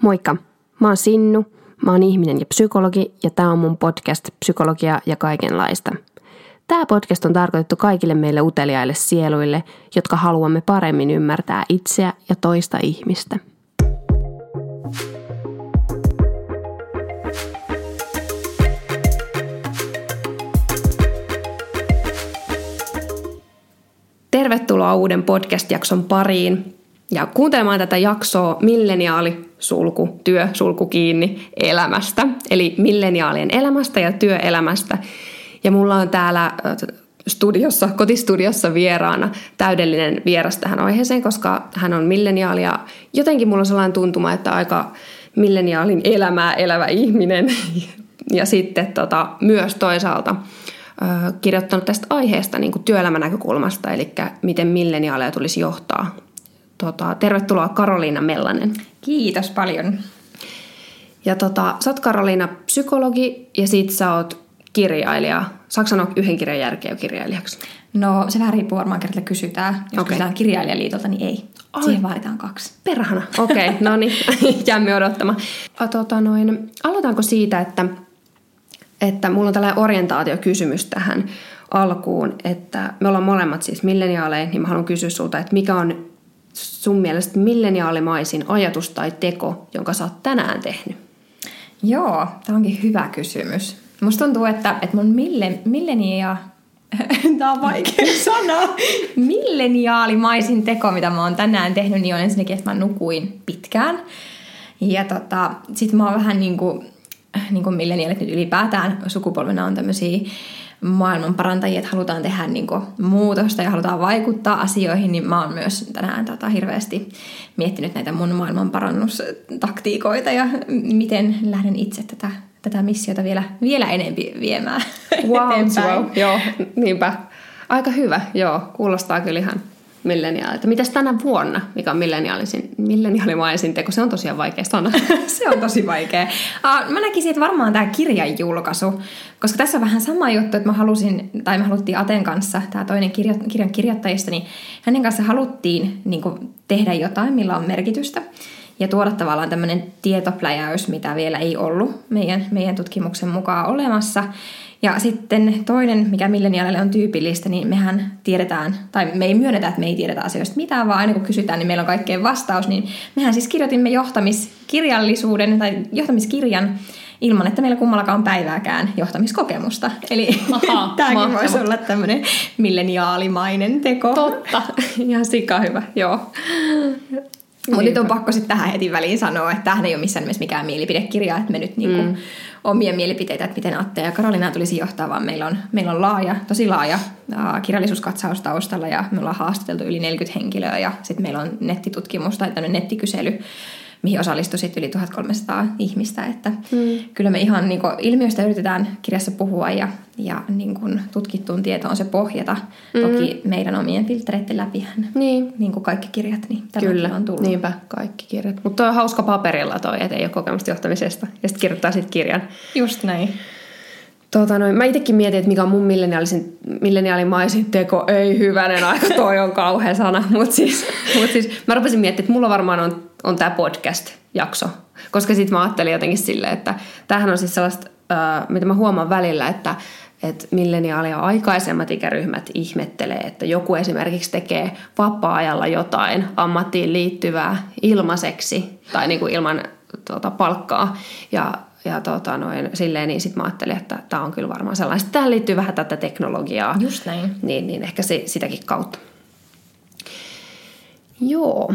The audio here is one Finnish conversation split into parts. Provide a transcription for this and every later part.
Moikka, mä oon Sinnu, mä oon ihminen ja psykologi ja tää on mun podcast Psykologia ja kaikenlaista. Tää podcast on tarkoitettu kaikille meille uteliaille sieluille, jotka haluamme paremmin ymmärtää itseä ja toista ihmistä. Tervetuloa uuden podcast-jakson pariin ja kuuntelemaan tätä jaksoa työ kiinni elämästä, eli milleniaalien elämästä ja työelämästä. Ja mulla on täällä kotistudiossa vieraana täydellinen vieras tähän aiheeseen, koska hän on milleniaali ja jotenkin mulla on sellainen tuntuma, että aika milleniaalin elämää elävä ihminen ja sitten myös toisaalta kirjoittanut tästä aiheesta niin kuin työelämän näkökulmasta, eli miten milleniaaleja tulisi johtaa. Tervetuloa Karoliina Mellanen. Kiitos paljon. Ja sä oot Karoliina psykologi ja sit sä oot kirjailija. Saatko sanoa yhden kirjan järkeä kirjailijaksi? No se vähän riippuu varmaan, kertaa kysytään. Jos kysytään Kirjailijaliitolta, niin ei. Siihen vaaditaan 2. Perhana. Okei, no niin. Jäämme odottamaan. Aloitaanko siitä, että mulla on tällainen orientaatiokysymys tähän alkuun, että me ollaan molemmat siis milleniaaleja, niin mä haluan kysyä sulta, että mikä on sun mielestä milleniaalimaisin ajatus tai teko, jonka sä oot tänään tehnyt? Joo, tämä onkin hyvä kysymys. Musta tuntuu, että mun tämä on vaikea sana. Milleniaalimaisin teko, mitä mä oon tänään tehnyt, niin on ensinnäkin, että mä nukuin pitkään. Ja sit mä oon vähän niin kuin milleniaalit nyt ylipäätään sukupolvena on tämmöisiä maailmanparantajia, että halutaan tehdä niin kuin muutosta ja halutaan vaikuttaa asioihin, niin mä oon myös tänään hirveästi miettinyt näitä mun maailmanparannustaktiikoita ja miten lähden itse tätä missiota vielä enempi viemään eteenpäin. Wow, joo, niinpä. Aika hyvä, joo, kuulostaa kyllä ihan milleniaalilta. Mitäs tänä vuonna, mikä on milleniaalimaisin teko? Se on tosiaan vaikea sana. Se on tosi vaikea. Mä näkisin, että varmaan tämä kirjan julkaisu, koska tässä on vähän sama juttu, että me haluttiin Aten kanssa, tämä toinen kirjan kirjoittajista, niin hänen kanssa haluttiin niin kuin tehdä jotain, millä on merkitystä. Ja tuoda tavallaan tämmöinen tietopläjäys, mitä vielä ei ollut meidän tutkimuksen mukaan olemassa. Ja sitten toinen, mikä milleniaaleille on tyypillistä, niin mehän tiedetään, tai me ei myönnetä, että me ei tiedetä asioista mitään, vaan aina kun kysytään, niin meillä on kaikkeen vastaus. Niin mehän siis kirjoitimme johtamiskirjallisuuden tai johtamiskirjan ilman, että meillä kummallakaan on päivääkään johtamiskokemusta. Eli tämäkin voisi olla tämmöinen milleniaalimainen teko. Totta, ihan sika hyvä, joo. Mutta nyt on pakko sitten tähän heti väliin sanoa, että tämähän ei ole missään nimessä mikään mielipidekirja, että me nyt niinku omia mielipiteitä, että miten Atte ja Karoliina tulisi johtaa, vaan meillä on tosi laaja kirjallisuuskatsaus taustalla ja me ollaan haastateltu yli 40 henkilöä ja sitten meillä on nettitutkimus tai tämmöinen nettikysely, mihin osallistui sitten yli 1300 ihmistä, että kyllä me ihan niin kuin ilmiöistä yritetään kirjassa puhua ja niin kuin tutkittuun tietoon se pohjata. Toki meidän omien filtreiden läpihän, niin kuin kaikki kirjat, niin tämäkin on tullut. Niinpä, kaikki kirjat. Mutta on hauska paperilla että ei ole kokemusta johtamisesta ja sitten kirjoittaa sitten kirjan. Just näin. Mä itsekin mietin, että mikä on mun milleniaalimaisin teko. Ei hyvänen aika, toi on kauhea sana. Mutta siis mä rupesin miettimään, että mulla varmaan on tää podcast-jakso. Koska sit mä ajattelin jotenkin silleen, että tämähän on siis sellaista, mitä mä huomaan välillä, että milleniaalia aikaisemmat ikäryhmät ihmettelee, että joku esimerkiksi tekee vapaa-ajalla jotain ammattiin liittyvää ilmaiseksi tai niin kuin ilman palkkaa ja silleen, niin sitten mä ajattelin, että tämä on kyllä varmaan sellaista. Tähän liittyy vähän tätä teknologiaa. Just näin. Niin ehkä sitäkin kautta. Joo.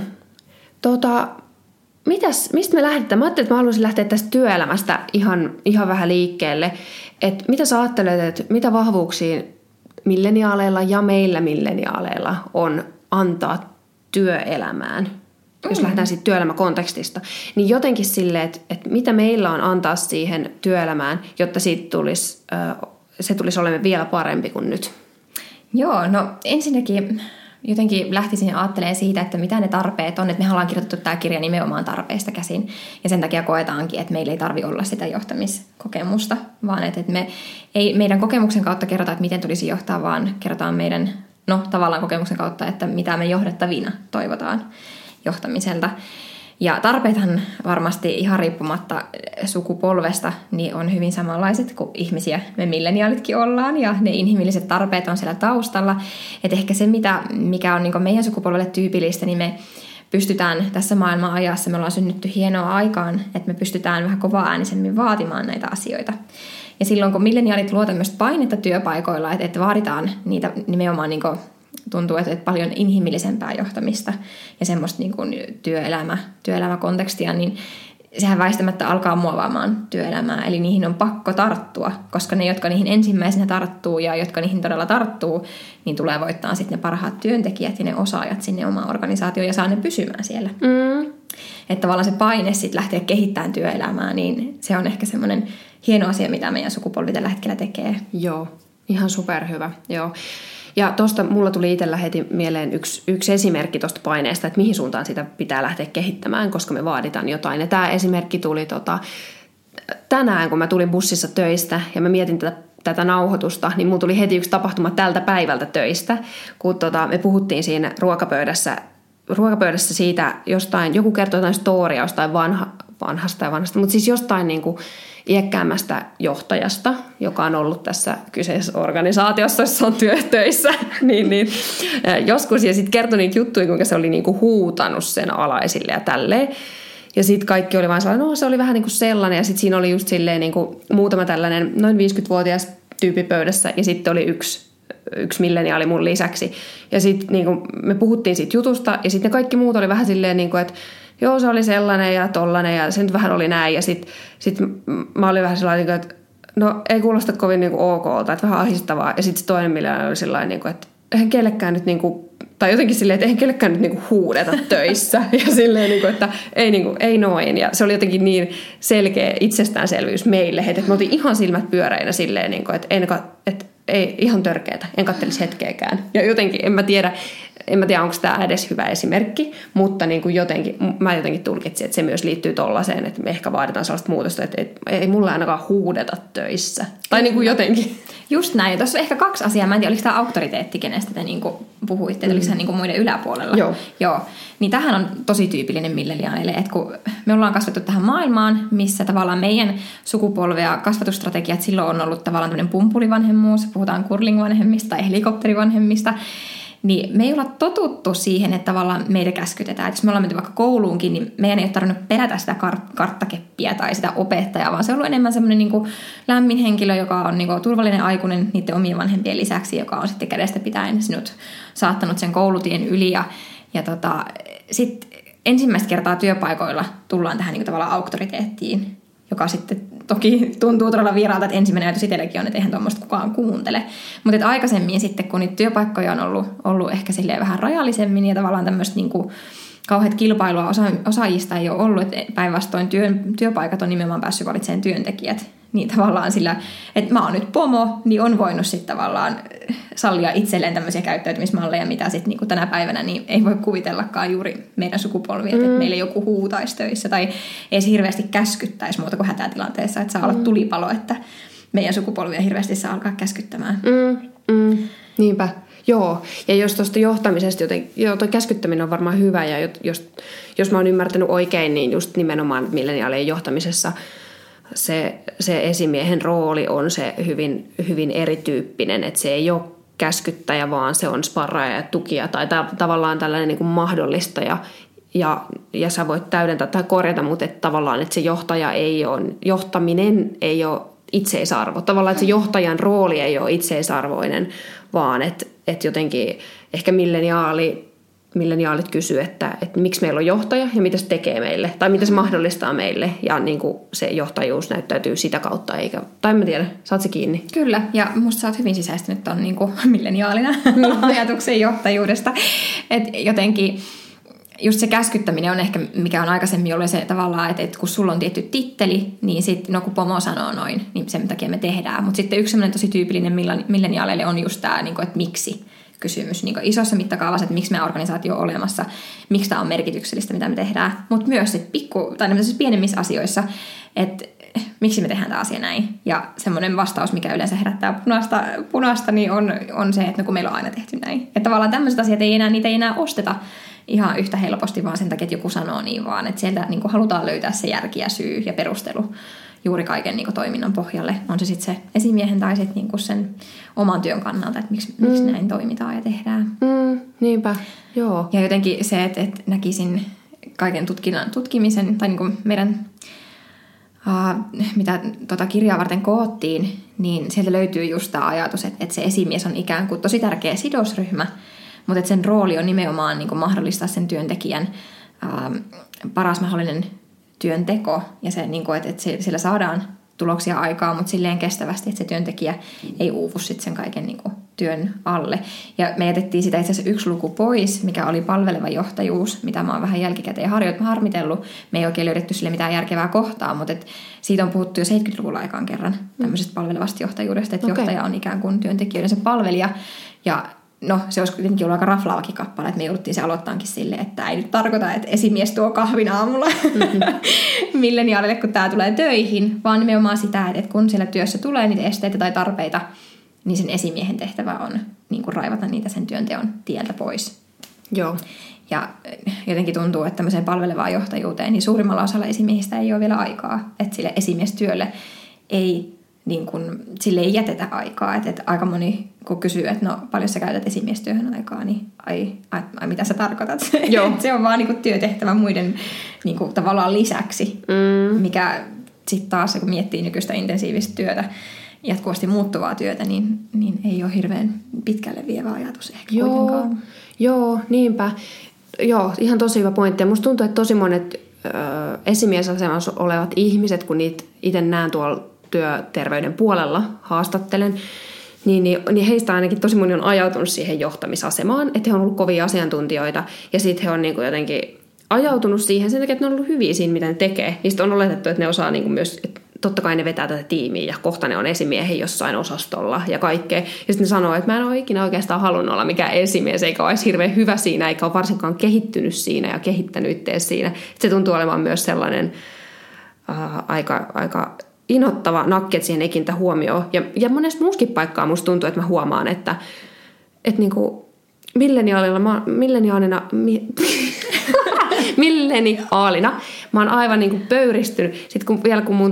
Mistä me lähdetään? Mä ajattelin, että mä haluaisin lähteä tästä työelämästä ihan vähän liikkeelle. Että mitä sä ajattelet, että mitä vahvuuksia milleniaaleilla ja meillä milleniaaleilla on antaa työelämään? Jos lähdetään siitä työelämäkontekstista, niin jotenkin silleen, että mitä meillä on antaa siihen työelämään, jotta siitä se tulisi olemaan vielä parempi kuin nyt? Joo, no ensinnäkin jotenkin lähtisin ajattelemaan siitä, että mitä ne tarpeet on, että me ollaan kirjoitettu tämä kirja nimenomaan tarpeesta käsin, ja sen takia koetaankin, että meillä ei tarvitse olla sitä johtamiskokemusta, vaan että me ei meidän kokemuksen kautta kerrota, että miten tulisi johtaa, vaan kerrotaan meidän, tavallaan kokemuksen kautta, että mitä me johdettavina toivotaan johtamiselta. Ja tarpeethan varmasti ihan riippumatta sukupolvesta niin on hyvin samanlaiset kuin ihmisiä me milleniaalitkin ollaan, ja ne inhimilliset tarpeet on siellä taustalla. Et ehkä se, mikä on niin meidän sukupolvelle tyypillistä, niin me pystytään tässä maailman ajassa, me ollaan synnytty hienoa aikaan, että me pystytään vähän kovaa-äänisemmin vaatimaan näitä asioita. Ja silloin, kun milleniaalit luo tämmöistä painetta työpaikoilla, että vaaditaan niitä nimenomaan niin tuntuu, että paljon inhimillisempää johtamista ja semmoista niin kuin työelämäkontekstia, niin sehän väistämättä alkaa muovaamaan työelämää. Eli niihin on pakko tarttua, koska ne, jotka niihin ensimmäisenä tarttuu ja jotka niihin todella tarttuu, niin tulee voittaa sitten ne parhaat työntekijät ja ne osaajat sinne omaan organisaatioon ja saa ne pysymään siellä. Että tavallaan se paine sitten lähteä kehittämään työelämää, niin se on ehkä semmoinen hieno asia, mitä meidän sukupolvi tällä hetkellä tekee. Joo, ihan superhyvä, joo. Ja tuosta mulla tuli itsellä heti mieleen yksi esimerkki tuosta paineesta, että mihin suuntaan sitä pitää lähteä kehittämään, koska me vaaditaan jotain. Ja tämä esimerkki tuli tänään, kun mä tulin bussissa töistä ja mä mietin tätä nauhoitusta, niin mulla tuli heti yksi tapahtuma tältä päivältä töistä, kun me puhuttiin siinä ruokapöydässä siitä jostain, joku kertoi jotain storia jostain vanhasta, mutta siis jostain niin kuin iäkkäämmästä johtajasta, joka on ollut tässä kyseisessä organisaatiossa, jossa on töissä, niin joskus, ja sitten kertoi niitä juttuja, kuinka se oli niinku huutanut sen alaisille ja tälleen. Ja sitten kaikki oli vain sellainen, se oli vähän niin kuin sellainen, ja sitten siinä oli just silleen niinku muutama tällainen noin 50-vuotias tyyppi pöydässä, ja sitten oli yksi milleniaali mun lisäksi. Ja sitten niinku me puhuttiin siitä jutusta, ja sitten ne kaikki muut oli vähän silleen, niinku, että joo, se oli sellainen ja tollainen ja se nyt vähän oli näin. Ja sit mä olin vähän sellainen, että no ei kuulosta kovin niinku okolta, että vähän ahdistavaa. Ja sitten se toinen milleniaali oli sellainen, niinku, että eihän kellekään nyt niinku, tai jotenkin silleen, että eihän kellekään nyt niinku huudeta töissä. Ja silleen, niinku, että ei noin. Ja se oli jotenkin niin selkeä itsestäänselvyys meille, että me oltiin ihan silmät pyöreinä silleen, niinku, että ei ihan törkeätä, en kattelisi hetkeäkään. Ja jotenkin, en mä tiedä, onko tämä edes hyvä esimerkki, mutta niin kuin mä jotenkin tulkitsin, että se myös liittyy tollaiseen, että me ehkä vaaditaan sellaista muutosta, että ei mulla ainakaan huudeta töissä. Tai niin kuin jotenkin. Just näin. Tuossa on ehkä kaksi asiaa. Mä en tiedä, oliko tämä auktoriteetti, kenestä te niin kuin puhuitte, oliko se niin kuin muiden yläpuolella. Joo. Niin tämähän on tosi tyypillinen milleniaaleille, että kun me ollaan kasvettu tähän maailmaan, missä tavallaan meidän sukupolvea kasvatusstrategiat silloin on ollut tavallaan tämmöinen pumpulivanhemmuus, puhutaan curlingvanhemmista tai helikopterivanhemmista, niin me ei olla totuttu siihen, että tavallaan meitä käskytetään. Että jos me ollaan menty vaikka kouluunkin, niin meidän ei ole tarvinnut pelätä sitä karttakeppiä tai sitä opettajaa, vaan se on ollut enemmän semmoinen niin kuin lämmin henkilö, joka on niin kuin turvallinen aikuinen niiden omien vanhempien lisäksi, joka on sitten kädestä pitäen sinut saattanut sen koulutien yli. Ja sitten ensimmäistä kertaa työpaikoilla tullaan tähän niin kuin tavallaan auktoriteettiin, joka sitten toki tuntuu todella vieraalta, että ensimmäinen ajatus itselläkin on, että eihän tuommoista kukaan kuuntele. Mutta aikaisemmin sitten, kun niitä työpaikkoja on ollut ehkä silleen vähän rajallisemmin ja tavallaan tämmöistä niinku kauheat kilpailua osaajista ei ole ollut, että päinvastoin työpaikat on nimenomaan päässyt valitsemaan työntekijät. Niin tavallaan sillä, että mä oon nyt pomo, niin on voinut sitten tavallaan sallia itselleen tämmöisiä käyttäytymismalleja, mitä sitten niinku tänä päivänä niin ei voi kuvitellakaan juuri meidän sukupolvia, että meille joku huutaisi töissä tai ei se hirveästi käskyttäisi muuta kuin hätätilanteessa, että saa olla tulipalo, että meidän sukupolvia hirveästi saa alkaa käskyttämään. Niinpä. Joo, ja jos tuosta johtamisesta tuo käskyttäminen on varmaan hyvä, ja jos mä oon ymmärtänyt oikein, niin just nimenomaan milleniaalien johtamisessa se esimiehen rooli on se hyvin, hyvin erityyppinen, että se ei ole käskyttäjä, vaan se on sparraaja ja tukija tai tavallaan tällainen niin kuin mahdollistaja ja sä voit täydentää tai korjata, mutta että tavallaan että se johtaminen ei ole itseisarvo. Tavallaan, että se johtajan rooli ei ole itseisarvoinen, vaan että jotenkin ehkä milleniaalit kysyy, että miksi meillä on johtaja ja mitä se tekee meille, tai mitä se mahdollistaa meille, ja niin kuin se johtajuus näyttäytyy sitä kautta, tai en tiedä, saat se kiinni? Kyllä, ja musta sä oot hyvin sisäistynyt ton niin kuin milleniaalina ajatuksen johtajuudesta, että jotenkin just se käskyttäminen on ehkä, mikä on aikaisemmin ollut se tavallaan, että kun sulla on tietty titteli, niin sitten kun pomo sanoo noin, niin sen takia me tehdään. Mutta sitten yksi sellainen tosi tyypillinen milleniaaleille on just tämä, että miksi kysymys niin isossa mittakaavassa, että miksi meidän organisaatio on olemassa, miksi tämä on merkityksellistä, mitä me tehdään. Mutta myös pienemmissä asioissa, että miksi me tehdään tämä asia näin. Ja semmoinen vastaus, mikä yleensä herättää punaista niin on se, että kun meillä on aina tehty näin. Että tavallaan tämmöiset asiat niitä ei enää osteta ihan yhtä helposti vaan sen takia, että joku sanoo niin, vaan että sieltä niin kuin halutaan löytää se järki ja syy ja perustelu juuri kaiken niin kuin toiminnan pohjalle. On se sitten se esimiehen tai sitten niin kuin sen oman työn kannalta, että miksi näin toimitaan ja tehdään. Niinpä, joo. Ja jotenkin se, että näkisin kaiken tutkimisen tai niin kuin meidän mitä kirjaa varten koottiin, niin sieltä löytyy just tämä ajatus, että se esimies on ikään kuin tosi tärkeä sidosryhmä, mutta että sen rooli on nimenomaan niin kuin mahdollistaa sen työntekijän paras mahdollinen työnteko ja se, niin kuin, että sillä saadaan tuloksia aikaa, mutta silleen kestävästi, että se työntekijä ei uuvu sitten sen kaiken niin kuin työn alle. Ja me jätettiin sitä itse asiassa yksi luku pois, mikä oli palveleva johtajuus, mitä mä oon vähän jälkikäteen harmitellut. Me ei oikein löydetty sille mitään järkevää kohtaa, mutta siitä on puhuttu jo 70-luvulla aikaan kerran tämmöisestä palvelevasta johtajuudesta, että johtaja on ikään kuin työntekijöiden se palvelija. Ja no, se olisi kuitenkin ollut aika raflaavakin kappale, että me jouduttiin se aloittaankin silleen, että ei nyt tarkoita, että esimies tuo kahvin aamulla milleniaalille, kun tämä tulee töihin, vaan nimenomaan sitä, että kun siellä työssä tulee niitä esteitä tai tarpeita, niin sen esimiehen tehtävä on niin kuin raivata niitä sen työnteon tieltä pois. Joo. Ja jotenkin tuntuu, että tämmöiseen palvelevaan johtajuuteen, niin suurimmalla osalla esimiehistä ei ole vielä aikaa, että sille esimiestyölle ei niin kun, sille ei jätetä aikaa. Että aika moni, kun kysyy, että no paljon sä käytät esimiestyöhön aikaa, niin ai mitä sä tarkoitat? Se on vaan niin kun työtehtävä muiden niin kun, tavallaan lisäksi, mikä sitten taas, kun miettii nykyistä intensiivistä työtä, jatkuvasti muuttuvaa työtä, niin ei ole hirveän pitkälle vievä ajatus ehkä kuitenkaan. Joo, niinpä. Joo, ihan tosi hyvä pointti. Musta tuntuu, että tosi monet esimiesasemassa olevat ihmiset, kun niitä itse näen tuolla työterveyden puolella haastattelen, niin heistä ainakin tosi moni on ajautunut siihen johtamisasemaan, että he on ollut kovia asiantuntijoita ja sitten he on niin kuin jotenkin ajautunut siihen sen takia, että ne on ollut hyviä siinä, mitä ne tekee. Niistä on oletettu, että ne osaa niin kuin myös, että totta kai ne vetää tätä tiimiä ja kohta ne on esimiehen jossain osastolla ja kaikkea. Ja sitten ne sanoo, että mä en ole ikinä oikeastaan halunnut olla mikään esimies, eikä ole hirveän hyvä siinä, eikä ole varsinkaan kehittynyt siinä ja kehittänyt itseä siinä. Se tuntuu olemaan myös sellainen aika inhottava nakki, että siihen ei kiinnitä huomioon. Ja monessa muussakin paikkaa musta tuntuu, että mä huomaan, että niinku milleniaalina mä oon aivan niinku pöyristynyt. Sitten kun mun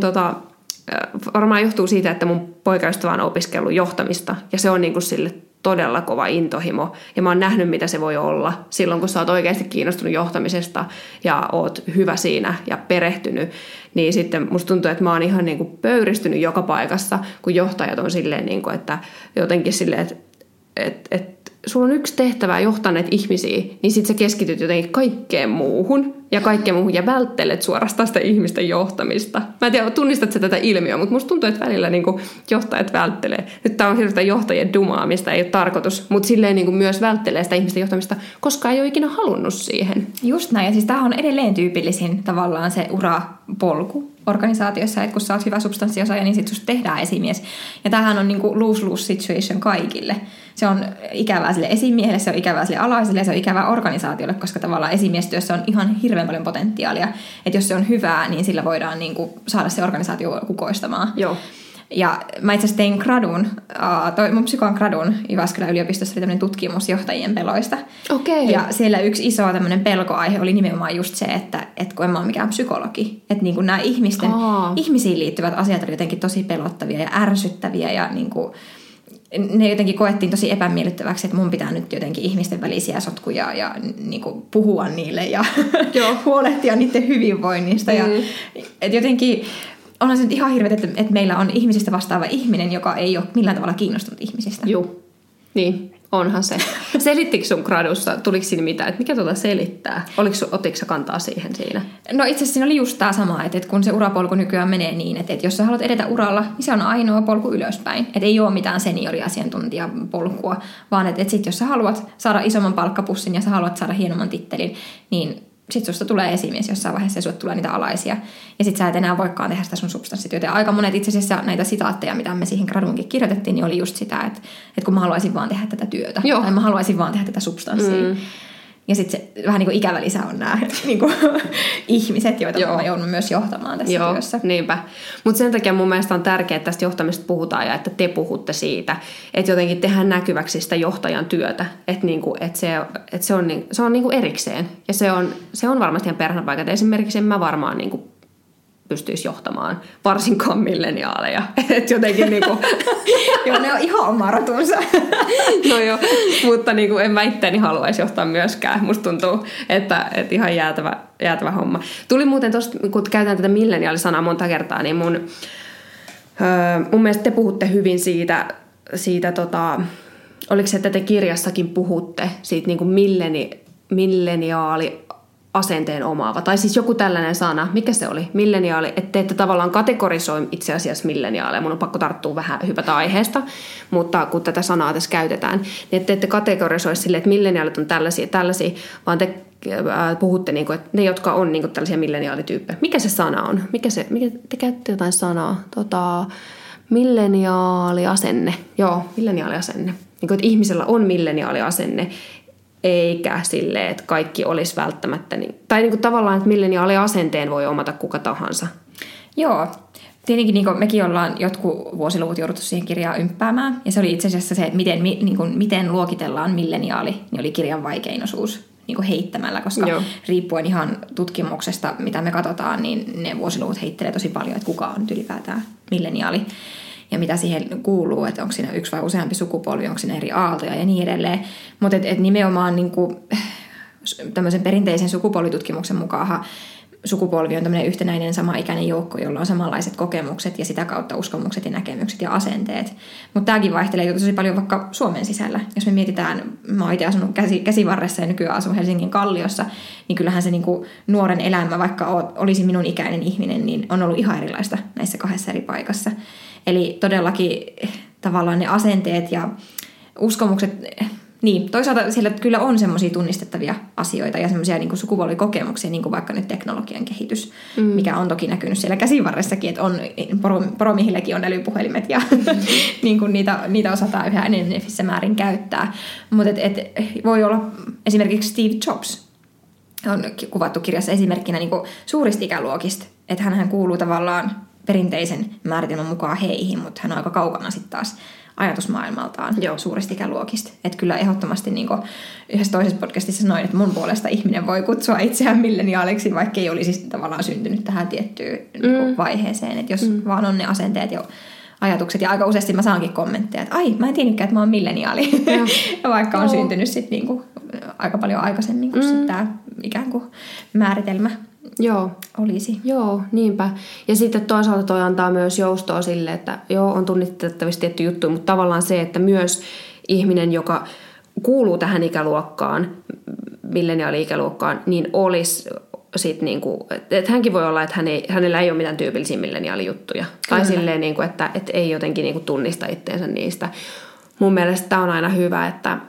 varmaan johtuu siitä, että mun poikaystävä on opiskellut johtamista ja se on niinku sille todella kova intohimo. Ja mä oon nähnyt, mitä se voi olla silloin, kun sä oot oikeasti kiinnostunut johtamisesta ja oot hyvä siinä ja perehtynyt. Niin sitten musta tuntuu, että mä oon ihan niinku pöyristynyt joka paikassa, kun johtajat on silleen, niinku, että jotenkin silleen, että sulla on yksi tehtävä johtaa näitä ihmisiä, niin sit sä keskityt jotenkin kaikkeen muuhun ja välttelet suorastaan sitä ihmisten johtamista. Mä en tiedä, tunnistat sä tätä ilmiöä, mutta musta tuntuu, että välillä niinku johtajat välttelee. Nyt tää on hirveän johtajien dumaamista, ei ole tarkoitus, mutta silleen niinku myös välttelee sitä ihmisten johtamista, koska ei ole ikinä halunnut siihen. Just näin, ja siis tää on edelleen tyypillisin tavallaan se urapolku organisaatiossa, että kun sä oot hyvä substanssiosaaja, niin sit susta tehdään esimies. Ja tämähän on niinku lose-lose situation kaikille. Se on ikävää sille esimiehelle, se on ikävää sille alaiselle ja se on ikävää organisaatiolle, koska tavallaan esimiestyössä on ihan hirveän paljon potentiaalia. Että jos se on hyvää, niin sillä voidaan niinku saada se organisaatio kukoistamaan. Joo. Ja mä itse asiassa tein gradun, mun psykoan gradun Jyväskylän yliopistossa oli tämmöinen tutkimus johtajien peloista. Okay. Ja siellä yksi iso tämmöinen pelkoaihe oli nimenomaan just se, että kun en mä ole mikään psykologi. Että niin nämä ihmisiin liittyvät asiat oli jotenkin tosi pelottavia ja ärsyttäviä ja niin kuin, ne jotenkin koettiin tosi epämiellyttäväksi, että mun pitää nyt jotenkin ihmisten välisiä sotkuja ja niin kuin puhua niille ja huolehtia niiden hyvinvoinnista. Ja, et jotenkin onhan se nyt ihan hirveet, että meillä on ihmisistä vastaava ihminen, joka ei ole millään tavalla kiinnostunut ihmisistä. Joo, niin onhan se. Selittikö sun gradussa, tuliko siinä mitään, että mikä selittää? Ottiko sä kantaa siihen siinä? No itse asiassa siinä oli just tämä sama, että kun se urapolku nykyään menee niin, että jos sä haluat edetä uralla, niin se on ainoa polku ylöspäin. Että ei ole mitään senioriasiantuntijapolkua, vaan että sit jos sä haluat saada isomman palkkapussin ja sä haluat saada hienomman tittelin, niin sit susta tulee esimies jossain vaiheessa ja sulle tulee niitä alaisia. Ja sit sä et enää voikaan tehdä sitä sun substanssityötä. Ja aika monet itse asiassa näitä sitaatteja, mitä me siihen graduunkin kirjoitettiin, niin oli just sitä, että kun mä haluaisin vaan tehdä tätä työtä. Joo. Tai mä haluaisin vaan tehdä tätä substanssia. Ja sitten se vähän niin kuin ikävä lisä on nämä niin kuin, ihmiset, joita mä joudun myös johtamaan tässä työssä. Niinpä. Mutta sen takia mun mielestä on tärkeää, että tästä johtamisesta puhutaan ja että te puhutte siitä, että jotenkin tehdään näkyväksi sitä johtajan työtä. Että niinku, se on niinku erikseen. Ja se on varmasti ihan perhana paikka. Esimerkiksi en mä varmaan niinku pystyisi johtamaan varsinkaan milleniaaleja. Että jotenkin niinku joo, ne on ihan oma rotunsa. No joo, mutta niinku en mä itteeni haluaisi johtaa myöskään. Musta tuntuu, että ihan jäätävä homma. Tuli muuten tosta, kun käytän tätä milleniaalisanaa monta kertaa, niin mun mielestä te puhutte hyvin siitä oliko se, että te kirjassakin puhutte siitä niinku milleniaali asenteen omaava. Tai siis joku tällainen sana. Mikä se oli? Milleniaali. Että te ette tavallaan kategorisoi itse asiassa milleniaaleja. Mun on pakko tarttua vähän hypätä aiheesta. Mutta kun tätä sanaa tässä käytetään, niin te ette kategorisoi silleen, että milleniaalit on tällaisia, vaan te puhutte, niin kuin, että ne, jotka on niin kuin tällaisia milleniaalityyppejä. Mikä se sana on? Mikä te käytte jotain sanaa? Milleniaaliasenne. Joo, milleniaaliasenne. Niin kuin, että ihmisellä on milleniaaliasenne. Eikä silleen, että kaikki olisi välttämättä. Tai niin kuin tavallaan, että milleniaaliasenteen voi omata kuka tahansa. Joo. Tietenkin niin kuin mekin ollaan jotkut vuosiluvut jouduttu siihen kirjaan ymppäämään. Ja se oli itse asiassa se, että miten luokitellaan milleniaali, niin oli kirjan vaikein osuus niin kuin heittämällä. Koska riippuen ihan tutkimuksesta, mitä me katsotaan, niin ne vuosiluvut heittelee tosi paljon, että kuka on nyt ylipäätään milleniaali. Ja mitä siihen kuuluu, että onko siinä yksi vai useampi sukupolvi, onko siinä eri aaltoja ja niin edelleen. Mutta et nimenomaan niin kuin, tämmöisen perinteisen sukupolvitutkimuksen mukaan sukupolvi on tämmöinen yhtenäinen samaikäinen joukko, jolla on samanlaiset kokemukset ja sitä kautta uskomukset ja näkemykset ja asenteet. Mutta tämäkin vaihtelee tosi paljon vaikka Suomen sisällä. Jos me mietitään, mä oon itse asunut Käsivarressa ja nykyään asun Helsingin Kalliossa, niin kyllähän se niin kuin nuoren elämä, vaikka olisi minun ikäinen ihminen, niin on ollut ihan erilaista näissä 2 eri paikassa. Eli todellakin tavallaan ne asenteet ja uskomukset, niin toisaalta siellä kyllä on semmoisia tunnistettavia asioita ja semmoisia niin kuin sukupolvikokemuksia, niin kuin vaikka nyt teknologian kehitys, mikä on toki näkynyt siellä Käsivarressakin, että on, poromiehilläkin on älypuhelimet ja niin kuin niitä osataan yhä enenevissä määrin käyttää. Mutta voi olla esimerkiksi Steve Jobs on kuvattu kirjassa esimerkkinä niin kuin suurista ikäluokista, että hänhän kuuluu tavallaan perinteisen määritelmän mukaan heihin, mutta hän on aika kaukana sitten taas ajatusmaailmaltaan suurista ikäluokista. Että kyllä ehdottomasti niin yhdessä toisessa podcastissa sanoin, että mun puolesta ihminen voi kutsua itseään milleniaaliksi, vaikka ei olisi tavallaan syntynyt tähän tiettyyn vaiheeseen. Että jos vaan on ne asenteet ja ajatukset. Ja aika useasti mä saankin kommentteja, että ai, mä en tiennytkään, että mä oon milleniaali. Ja vaikka on syntynyt sitten niinku aika paljon aikaisemmin kuin sitten tämä ikään kuin määritelmä. Olisi. Joo, niinpä. Ja sitten toisaalta toi antaa myös joustoa sille, että on tunnistettavasti tietty juttu, mutta tavallaan se, että myös ihminen, joka kuuluu tähän ikäluokkaan, milleniaali-ikäluokkaan, niin olisi sitten niinku, että hänkin voi olla, että hänellä ei ole mitään tyypillisiä milleniaalijuttuja. Tai silleen, niinku, että ei jotenkin niinku tunnista itteensä niistä. Mun mielestä tämä on aina hyvä, että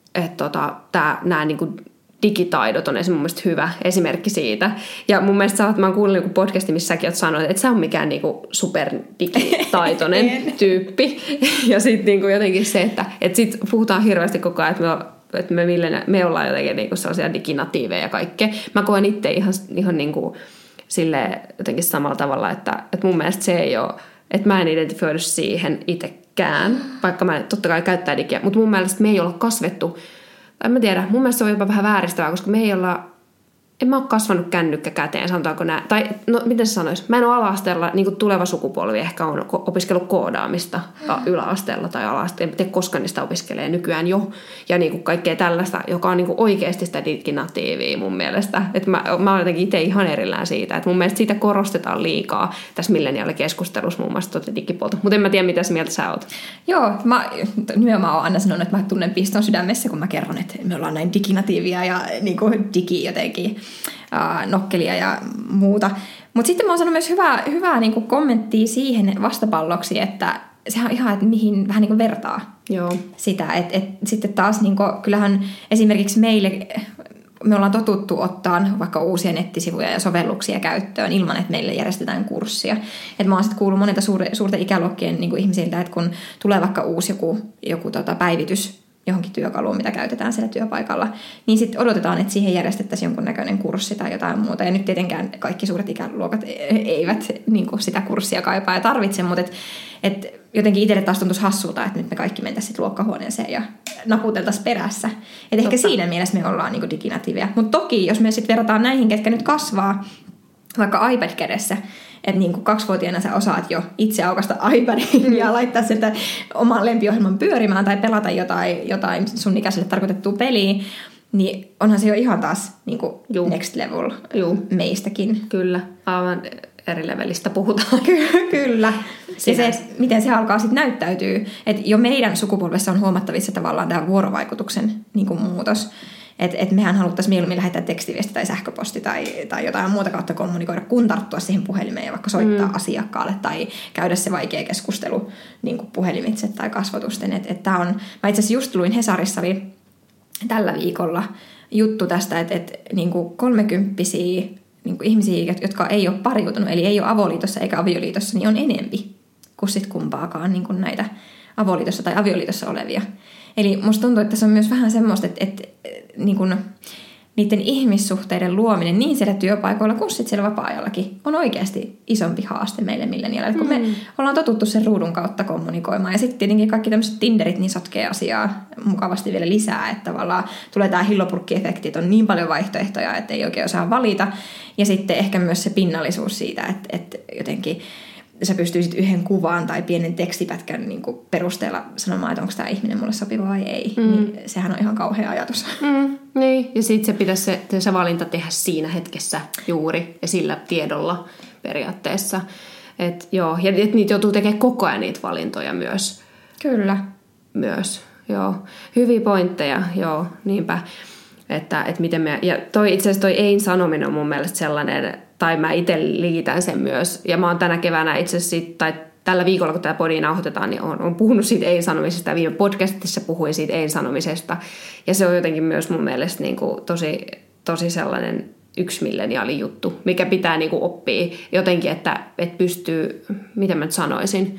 nämä niinku digitaidot on esimerkiksi mun mielestä hyvä esimerkki siitä. Ja mun mielestä mä oon kuullut joku podcasti, missä säkin oot sanonut, että sä on mikään niinku superdigitaitoinen tyyppi. Ja sitten niinku jotenkin se, että sit puhutaan hirveästi koko ajan, että me ollaan jotenkin niinku sellaisia diginatiiveja ja kaikkea. Mä koen itse ihan niinku silleen jotenkin samalla tavalla, että mun mielestä se ei ole, että mä en identifioidu siihen itsekään, vaikka mä totta kai käyttää digiä. Mutta mun mielestä me ei olla kasvettu. En mä tiedä, mun mielestä se on jopa vähän vääristävää, koska me ei olla, en mä ole kasvanut kännykkä käteen, sanotaanko näin. Tai no, miten se sanoisi? Mä en ole ala-asteella, niin kuin tuleva sukupolvi ehkä on opiskellut koodaamista yläasteella tai ala-asteella. En tiedä, koska niistä opiskelee nykyään jo. Ja niin kuin kaikkea tällaista, joka on niin kuin oikeasti sitä diginatiivia mun mielestä. Että mä olen jotenkin itse ihan erillään siitä. Että mun mielestä siitä korostetaan liikaa tässä milleniaalikeskustelussa muun muassa digipuolta. Mutta en mä tiedä, mitä mieltä sä oot. Joo, mä nimenomaan olen aina sanonut, että mä tunnen piston sydämessä, kun mä kerron, että me ollaan näin diginatiivia ja niin kuin digi jotenkin nokkelia ja muuta. Mutta sitten mä oon sanonut myös hyvää niin kuin kommenttia siihen vastapalloksi, että sehän on ihan, että mihin vähän niin kuin vertaa sitä. Et sitten taas niin kuin, kyllähän esimerkiksi me ollaan totuttu ottaa vaikka uusia nettisivuja ja sovelluksia käyttöön ilman, että meille järjestetään kurssia. Et mä oon sitten kuullut monilta suurten ikäluokkien niin kuin ihmisiltä, että kun tulee vaikka uusi joku päivitys johonkin työkaluun, mitä käytetään siellä työpaikalla, niin sitten odotetaan, että siihen järjestettäisiin jonkunnäköinen kurssi tai jotain muuta. Ja nyt tietenkään kaikki suuret ikäluokat eivät niin kuin sitä kurssia kaipaa ja tarvitse, mutta et jotenkin itselle taas tuntuisi hassulta, että nyt me kaikki mentäisiin luokkahuoneeseen ja naputeltaisiin perässä. Että ehkä siinä mielessä me ollaan niin kuin diginatiiveja. Mutta toki, jos me sitten verrataan näihin, ketkä nyt kasvaa vaikka iPad kädessä, että niin kuin 2-vuotiaana sä osaat jo itse aukaista iPadin ja laittaa sieltä oman lempiohjelman pyörimään tai pelata jotain sun ikäiselle tarkoitettua peliä, niin onhan se jo ihan taas niin kuin next level meistäkin. Kyllä, aivan eri levelistä puhutaan. Kyllä. Ja se, miten se alkaa sitten näyttäytyy, että jo meidän sukupolvessa on huomattavissa tavallaan tämä vuorovaikutuksen niin kuin muutos. Että mehän haluttaisiin mieluummin lähettää tekstiviesti tai sähköposti tai jotain muuta kautta kommunikoida, kun tarttua siihen puhelimeen ja vaikka soittaa asiakkaalle tai käydä se vaikea keskustelu niin kuin puhelimitse tai kasvotusten. Mä itse asiassa just luin Hesarissa oli tällä viikolla juttu tästä, että niin kuin 30-vuotiaita niin kuin ihmisiä, jotka ei ole pariutunut, eli ei ole avoliitossa eikä avioliitossa, niin on enempi kuin sit kumpaakaan niin kuin näitä avoliitossa tai avioliitossa olevia. Eli musta tuntuu, että se on myös vähän semmoista, että niin kun niiden ihmissuhteiden luominen niin siellä työpaikoilla kuin sitten siellä vapaa-ajallakin on oikeasti isompi haaste meille milleniaaleille, kun me ollaan totuttu sen ruudun kautta kommunikoimaan. Ja sitten tietenkin kaikki tämmöiset Tinderit niin sotkee asiaa mukavasti vielä lisää, että tavallaan tulee tämä hillopurkki-efekti, että on niin paljon vaihtoehtoja, että ei oikein osaa valita. Ja sitten ehkä myös se pinnallisuus siitä, että jotenkin sä pystyisit yhden kuvan tai pienen tekstipätkän niin kuin perusteella sanomaan, että onko tämä ihminen mulle sopiva vai ei. Niin sehän on ihan kauhea ajatus. Niin, ja sitten se pitäisi se valinta tehdä siinä hetkessä juuri ja sillä tiedolla periaatteessa. Että joo, ja et niitä joutuu tekemään koko ajan niitä valintoja myös. Kyllä. Myös, joo. Hyviä pointteja, joo, niinpä. Että miten me, ja itse asiassa toi ei-sanominen on mun mielestä sellainen, tai mä itse liitän sen myös. Ja mä oon tänä keväänä itse asiassa, tai tällä viikolla, kun tämä podi nauhoitetaan, niin on puhunut siitä ei-sanomisesta. Ja viime podcastissa puhuin siitä ei-sanomisesta. Ja se on jotenkin myös mun mielestä niin kuin tosi sellainen yksi milleniaali juttu, mikä pitää niin kuin oppia jotenkin, että pystyy, miten mä nyt sanoisin,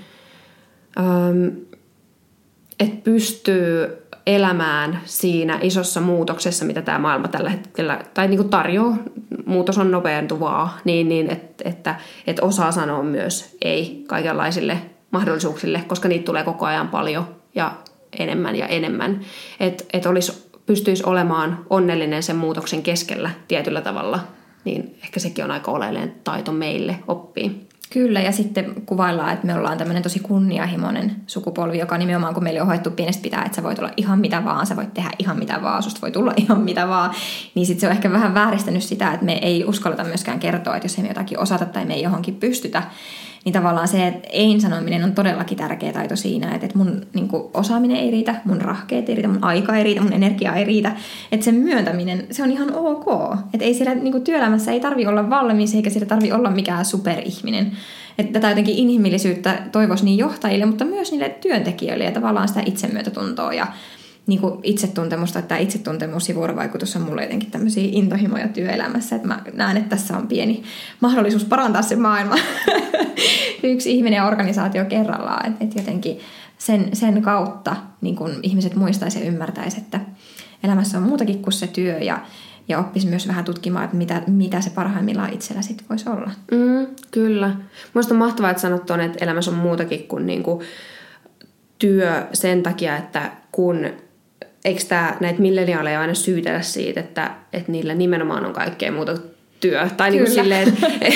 että pystyy elämään siinä isossa muutoksessa, mitä tämä maailma tällä hetkellä tai niin kuin tarjoaa. Muutos on nopeantuvaa, niin että osaa sanoa myös ei kaikenlaisille mahdollisuuksille, koska niitä tulee koko ajan paljon ja enemmän. Että pystyisi olemaan onnellinen sen muutoksen keskellä tietyllä tavalla, niin ehkä sekin on aika oleellinen taito meille oppia. Kyllä, ja sitten kuvaillaan, että me ollaan tämmöinen tosi kunnianhimoinen sukupolvi, joka nimenomaan, kun meille on ohjattu pienestä pitää, että sä voit olla ihan mitä vaan, sä voit tehdä ihan mitä vaan, susta voi tulla ihan mitä vaan, niin sitten se on ehkä vähän vääristänyt sitä, että me ei uskalleta myöskään kertoa, että jos ei me jotakin osata tai me ei johonkin pystytä, niin tavallaan se, että ei-sanominen on todellakin tärkeä taito siinä, että mun niin kuin osaaminen ei riitä, mun rahkeet ei riitä, mun aika ei riitä, mun energia ei riitä. Että sen myöntäminen, se on ihan ok. Että ei siellä niin kuin työelämässä ei tarvitse olla valmis, eikä siellä tarvitse olla mikään superihminen. Että tätä jotenkin inhimillisyyttä toivoisi niin johtajille, mutta myös niille työntekijöille ja tavallaan sitä itsemyötätuntoa ja niin kuin itsetuntemusta, että tämä itsetuntemus ja vuorovaikutus on mulle jotenkin tämmöisiä intohimoja työelämässä, että mä näen, että tässä on pieni mahdollisuus parantaa se maailma yksi ihminen ja organisaatio kerrallaan, että jotenkin sen kautta niin kun ihmiset muistaisi ja ymmärtäisi, että elämässä on muutakin kuin se työ ja oppisi myös vähän tutkimaan, että mitä se parhaimmillaan itsellä sitten voisi olla. Kyllä. Minusta on mahtavaa, että sanot tuonne, että elämässä on muutakin kuin niinku työ sen takia, että kun eikö näitä milleniaaleja aina syytellä siitä, että niillä nimenomaan on kaikkea muuta työ. Tai niin kuin silleen,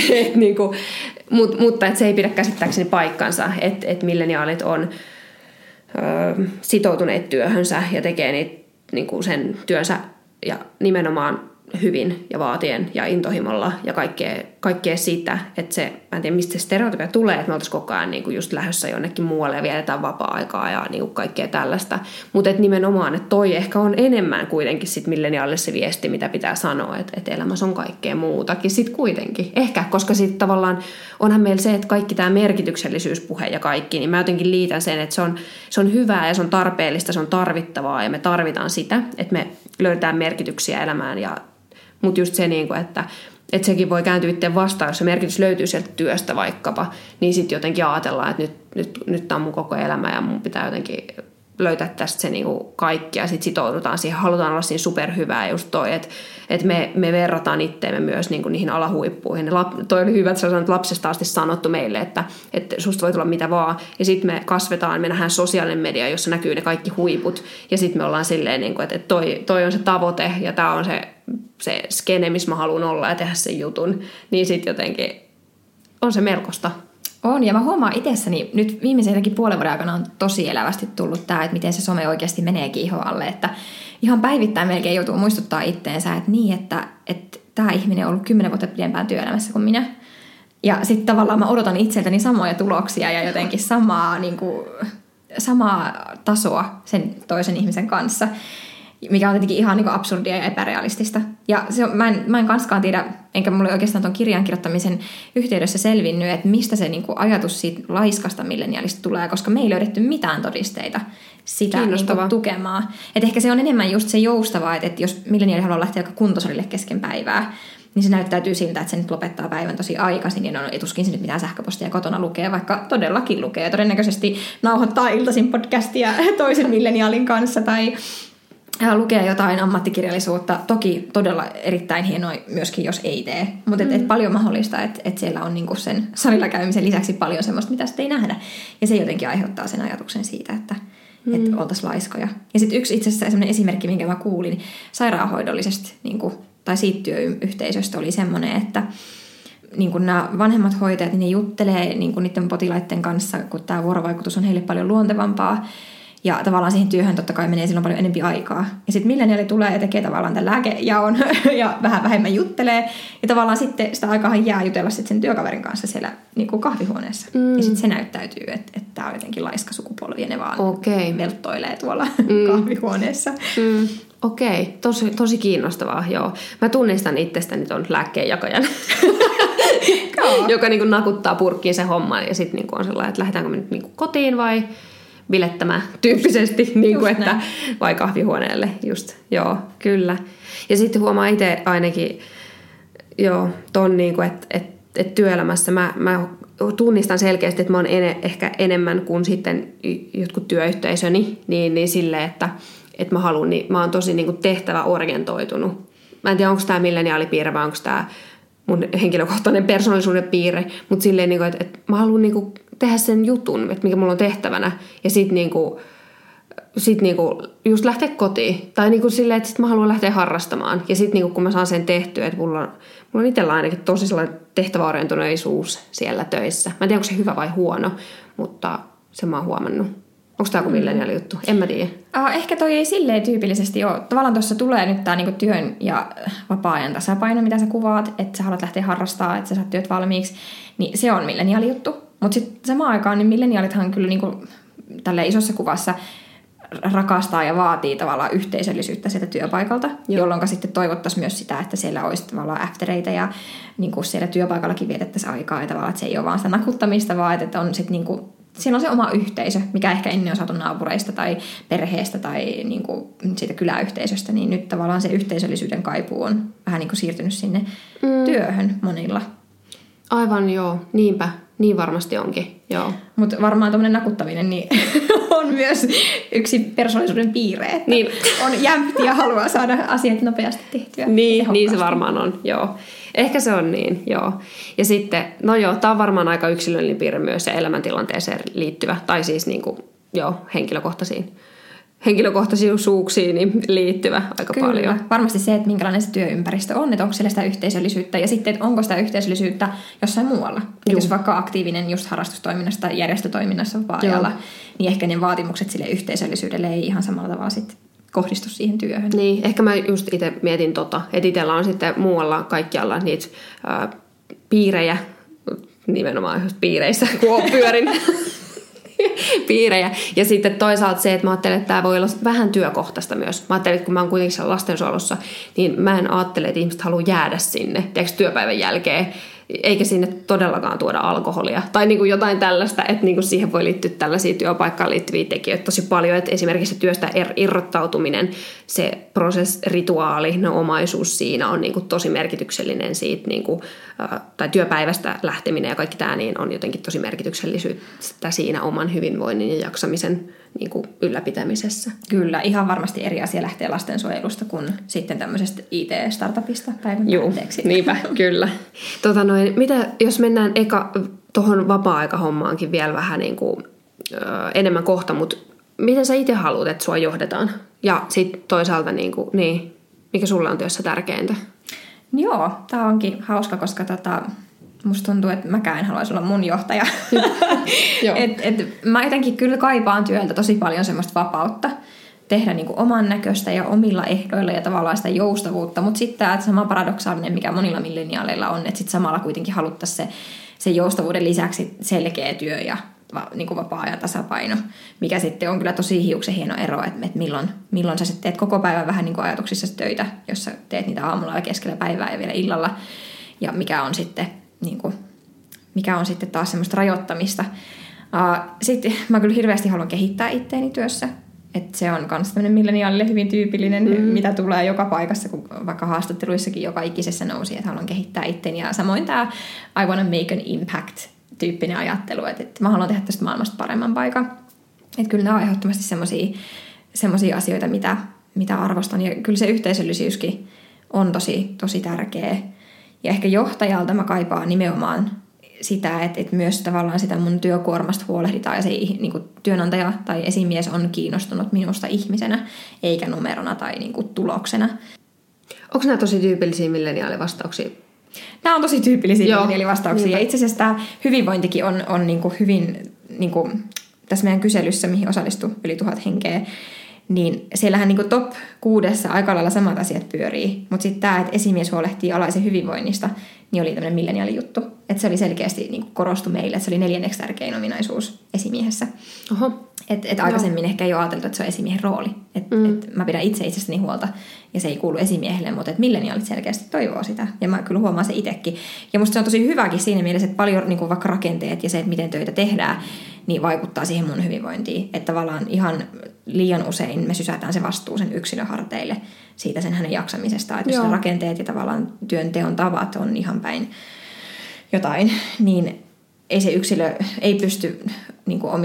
mutta että se ei pidä käsittääkseni paikkansa, että milleniaalit on sitoutuneet työhönsä ja tekee niin kuin sen työnsä ja nimenomaan hyvin ja vaatien ja intohimolla ja kaikkea sitä, että se, mä en tiedä mistä se stereotypia tulee, että me oltaisiin koko ajan niin kuin just lähdössä jonnekin muualle ja vietetään vapaa-aikaa ja niin kuin kaikkea tällaista. Mutta että nimenomaan, että toi ehkä on enemmän kuitenkin sit milleniaalille se viesti, mitä pitää sanoa, että elämässä on kaikkea muutakin sit kuitenkin. Ehkä, koska sitten tavallaan onhan meillä se, että kaikki tämä merkityksellisyyspuhe ja kaikki, niin mä jotenkin liitän sen, että se on hyvää ja se on tarpeellista, se on tarvittavaa ja me tarvitaan sitä, että me löydetään merkityksiä elämään mutta just se, että sekin voi kääntyä itse vastaan, jos se merkitys löytyy sieltä työstä vaikkapa, niin sitten jotenkin ajatellaan, että nyt tämä on mun koko elämä ja mun pitää jotenkin löytäisiin se niinku kaikki ja sitten sitoudutaan siihen, halutaan olla siinä superhyvää just toi, että me verrataan itteemme myös niinku niihin alahuippuihin. Toi oli hyvä, että se on lapsesta asti sanottu meille, että susta voi tulla mitä vaan ja sitten me kasvetaan, me nähdään sosiaalinen media, jossa näkyy ne kaikki huiput ja sitten me ollaan silleen, niinku, että toi on se tavoite ja tää on se skene, missä mä haluan olla ja tehdä sen jutun, niin sitten jotenkin on se melkoista. On, ja mä huomaan itsessäni, nyt viimeisen jotenkin puolen vuoden aikana on tosi elävästi tullut tämä, että miten se some oikeasti meneekin ihon alle, että ihan päivittäin melkein joutuu muistuttaa itteensä, että niin, että tämä ihminen on ollut 10 vuotta pidempään työelämässä kuin minä. Ja sitten tavallaan mä odotan itseltäni samoja tuloksia ja jotenkin samaa tasoa sen toisen ihmisen kanssa, mikä on tietenkin ihan niin kuin absurdia ja epärealistista. Ja mä en kanskaan tiedä, enkä mulle oikeastaan tuon kirjan kirjoittamisen yhteydessä selvinnyt, että mistä se niin kuin ajatus siitä laiskasta milleniaalista tulee, koska me ei löydetty mitään todisteita sitä niin kuin tukemaan. Et ehkä se on enemmän just se joustavaa, että jos milleniaali haluaa lähteä joka kuntosalille kesken päivää, niin se näyttäytyy siltä, että se nyt lopettaa päivän tosi aikaisin, ja ei tuskin se nyt mitään sähköpostia kotona lukee, vaikka todellakin lukee. Todennäköisesti nauhoittaa iltaisin podcastia toisen milleniaalin kanssa, tai lukee jotain ammattikirjallisuutta. Toki todella erittäin hienoa myöskin, jos ei tee. Mutta et paljon mahdollista, että siellä on niinku sen salilla käymisen lisäksi paljon semmoista, mitä sitten ei nähdä. Ja se jotenkin aiheuttaa sen ajatuksen siitä, että oltaisiin laiskoja. Ja sitten yksi itse asiassa sellainen esimerkki, minkä mä kuulin sairaanhoidollisesta niinku, tai siitä työyhteisöstä oli semmoinen, että niin nämä vanhemmat hoitajat, niin ne juttelee niin niiden potilaiden kanssa, kun tämä vuorovaikutus on heille paljon luontevampaa. Ja tavallaan siihen työhön totta kai menee silloin paljon enemmän aikaa. Ja sitten milleniaali tulee ja tekee tavallaan tämän lääkejaon ja vähän vähemmän juttelee. Ja tavallaan sitten sitä aikaa jää jutella sitten sen työkaverin kanssa siellä niin kuin kahvihuoneessa. Ja sitten se näyttäytyy, että tämä on jotenkin laiska sukupolvi ja ne vaan velttoilee tuolla kahvihuoneessa. Okei, tosi kiinnostavaa, joo. Mä tunnistan itsestäni ton lääkkeenjakajan, joka niin kuin nakuttaa purkkiin se homma ja sitten niin on sellainen, että lähdetäänkö me nyt niin kuin kotiin vai bilettämään tyyppisesti, niin kuin, että, vai kahvihuoneelle, just, joo, kyllä. Ja sitten huomaa itse ainakin, joo, ton niin kuin, että työelämässä mä tunnistan selkeästi, että mä oon ehkä enemmän kuin sitten jotkut työyhteisöni, niin silleen, että mä haluan, niin mä oon tosi niin kuin tehtäväorientoitunut. Mä en tiedä, onko tämä milleniaalipiirre vai onko tämä mun henkilökohtainen persoonallisuuden piirre, mutta silleen, niin kuin, että mä haluan niin kuin tehdä sen jutun, että mikä mulla on tehtävänä, ja sitten niinku just lähteä kotiin. Tai niinku silleen, että sit mä haluan lähteä harrastamaan. Ja sitten niinku, kun mä saan sen tehtyä, että mulla on itsellä ainakin tosi sellainen tehtäväorientuneisuus siellä töissä. Mä en tiedä, onko se hyvä vai huono, mutta se mä oon huomannut. Onko tämä joku milleniaali juttu? En mä tiedä. Ehkä toi ei silleen tyypillisesti ole. Tavallaan tuossa tulee nyt tämä niinku työn ja vapaa-ajan tasapaino, mitä sä kuvaat, että sä haluat lähteä harrastamaan, että sä saat työt valmiiksi. Niin se on milleniaali juttu. Mutta sitten samaan aikaan niin milleniaalithan kyllä niinku tällä isossa kuvassa rakastaa ja vaatii tavallaan yhteisöllisyyttä sieltä työpaikalta, jolloin sitten toivottaisiin myös sitä, että siellä olisi tavallaan aftereita ja niinku siellä työpaikallakin vietettäisiin aikaa ja tavallaan, että se ei ole vaan sitä nakuttamista, vaan että on sitten niinku, siinä on se oma yhteisö, mikä ehkä ennen on saatu naapureista tai perheestä tai niinku siitä kyläyhteisöstä, niin nyt tavallaan se yhteisöllisyyden kaipuu on vähän niinku siirtynyt sinne työhön monilla. Aivan joo, niinpä. Niin varmasti onkin, joo. Mutta varmaan tuommoinen nakuttaminen niin on myös yksi persoonallisuuden piirre, että niin. On jämpti ja haluaa saada asiat nopeasti tehtyä. Niin se varmaan on, joo. Ehkä se on niin, joo. Ja sitten, no joo, tämä on varmaan aika yksilöllinen piirre myös ja elämäntilanteeseen liittyvä, tai siis niin kuin, joo, henkilökohtaisuuksiin liittyvä aika Kyllä. paljon. Varmasti se, että minkälainen se työympäristö on, että onko siellä sitä yhteisöllisyyttä ja sitten, että onko sitä yhteisöllisyyttä jossain muualla. Jos vaikka aktiivinen just harrastustoiminnassa tai järjestötoiminnassa vapaa-ajalla, niin ehkä ne vaatimukset sille yhteisöllisyydelle ei ihan samalla tavalla sitten kohdistu siihen työhön. Niin, ehkä mä just itse mietin että itsellä on sitten muualla kaikkialla niitä piirejä, nimenomaan just piireissä, kun oon pyörin. Piirejä. Ja sitten toisaalta se, että mä ajattelen, että tämä voi olla vähän työkohtaista myös. Mä ajattelen, että kun mä oon kuitenkin siellä lastensuojelussa, niin mä en ajattele, että ihmiset haluaa jäädä sinne työpäivän jälkeen eikä sinne todellakaan tuoda alkoholia. Tai niin kuin jotain tällaista, että niin kuin siihen voi liittyä tällaisia työpaikkaan liittyviä tekijöitä tosi paljon. Että esimerkiksi se työstä irrottautuminen, se rituaali, no omaisuus siinä on niin kuin tosi merkityksellinen siitä, niin kuin, tai työpäivästä lähteminen ja kaikki tämä niin on jotenkin tosi merkityksellisyyttä siinä oman hyvinvoinnin ja jaksamisen niin kuin ylläpitämisessä. Kyllä, ihan varmasti eri asia lähtee lastensuojelusta kuin sitten tämmöisestä IT-startupista päivän Juu, päätteeksi. Niinpä, kyllä. Mitä, jos mennään eka tuohon vapaa-aikahommaankin vielä vähän niin kuin, enemmän kohta, mutta miten sä itse haluat, että sua johdetaan? Ja sitten toisaalta, mikä sulla on työssä tärkeintä? Joo, tää onkin hauska, koska musta tuntuu, että mäkään en haluaisi olla mun johtaja. Mä jotenkin kyllä kaipaan työltä tosi paljon semmoista vapautta tehdä niin kuin oman näköistä ja omilla ehdoilla ja tavallaan sitä joustavuutta. Mutta sitten tämä sama paradoksaalinen, mikä monilla milleniaaleilla on, että sitten samalla kuitenkin haluttaisiin se joustavuuden lisäksi selkeä työ ja niin kuin vapaa-ajan tasapaino, mikä sitten on kyllä tosi hiuksen hieno ero, että milloin sä sitten teet koko päivän vähän niin kuin ajatuksissa töitä, jos sä teet niitä aamulla ja keskellä päivää ja vielä illalla, ja mikä on sitten taas semmoista rajoittamista. Sitten mä kyllä hirveästi haluan kehittää itteeni työssä. Että se on myös tämmöinen milleniaalille hyvin tyypillinen, mitä tulee joka paikassa, kun vaikka haastatteluissakin joka ikisessä nousi, että haluan kehittää itteeni. Ja samoin tämä I wanna make an impact-tyyppinen ajattelu, että mä haluan tehdä tästä maailmasta paremman paikan. Että kyllä nämä on ehdottomasti semmoisia asioita, mitä arvostan. Ja kyllä se yhteisöllisyyskin on tosi tärkeä. Ja ehkä johtajalta mä kaipaan nimenomaan sitä, että myös tavallaan sitä mun työkuormasta huolehditaan ja se niin kuin työnantaja tai esimies on kiinnostunut minusta ihmisenä, eikä numerona tai niin kuin tuloksena. Onko nämä tosi tyypillisiä milleniaalivastauksia? Nämä on tosi tyypillisiä milleniaalivastauksia. Ja itse asiassa tämä hyvinvointikin on niin kuin hyvin, niin kuin tässä meidän kyselyssä, mihin osallistui yli 1000 henkeä, niin siellähän niin kuin top 6 aika lailla samat asiat pyörii. Mutta sitten tämä, että esimies huolehtii alaisen hyvinvoinnista, niin oli tämmöinen milleniaalijuttu. Että se oli selkeästi niin kuin korostui meille, että se oli 4. tärkein ominaisuus esimiehessä. Oho. Että aikaisemmin ehkä ei ole ajateltu, että se on esimiehen rooli. Että mä pidän itsestäni huolta ja se ei kuulu esimiehelle, mutta että milleniaalit selkeästi toivoo sitä. Ja mä kyllä huomaan se itsekin. Ja musta se on tosi hyväkin siinä mielessä, että paljon niin kuin vaikka rakenteet ja se, että miten töitä tehdään, niin vaikuttaa siihen mun hyvinvointiin. Että tavallaan ihan liian usein me sysätään se vastuu sen yksilön harteille siitä sen hänen jaksamisestaan. Että jos ne rakenteet ja tavallaan työnteon tavat on ihan päin jotain, niin ei se yksilö ei pysty niin kuin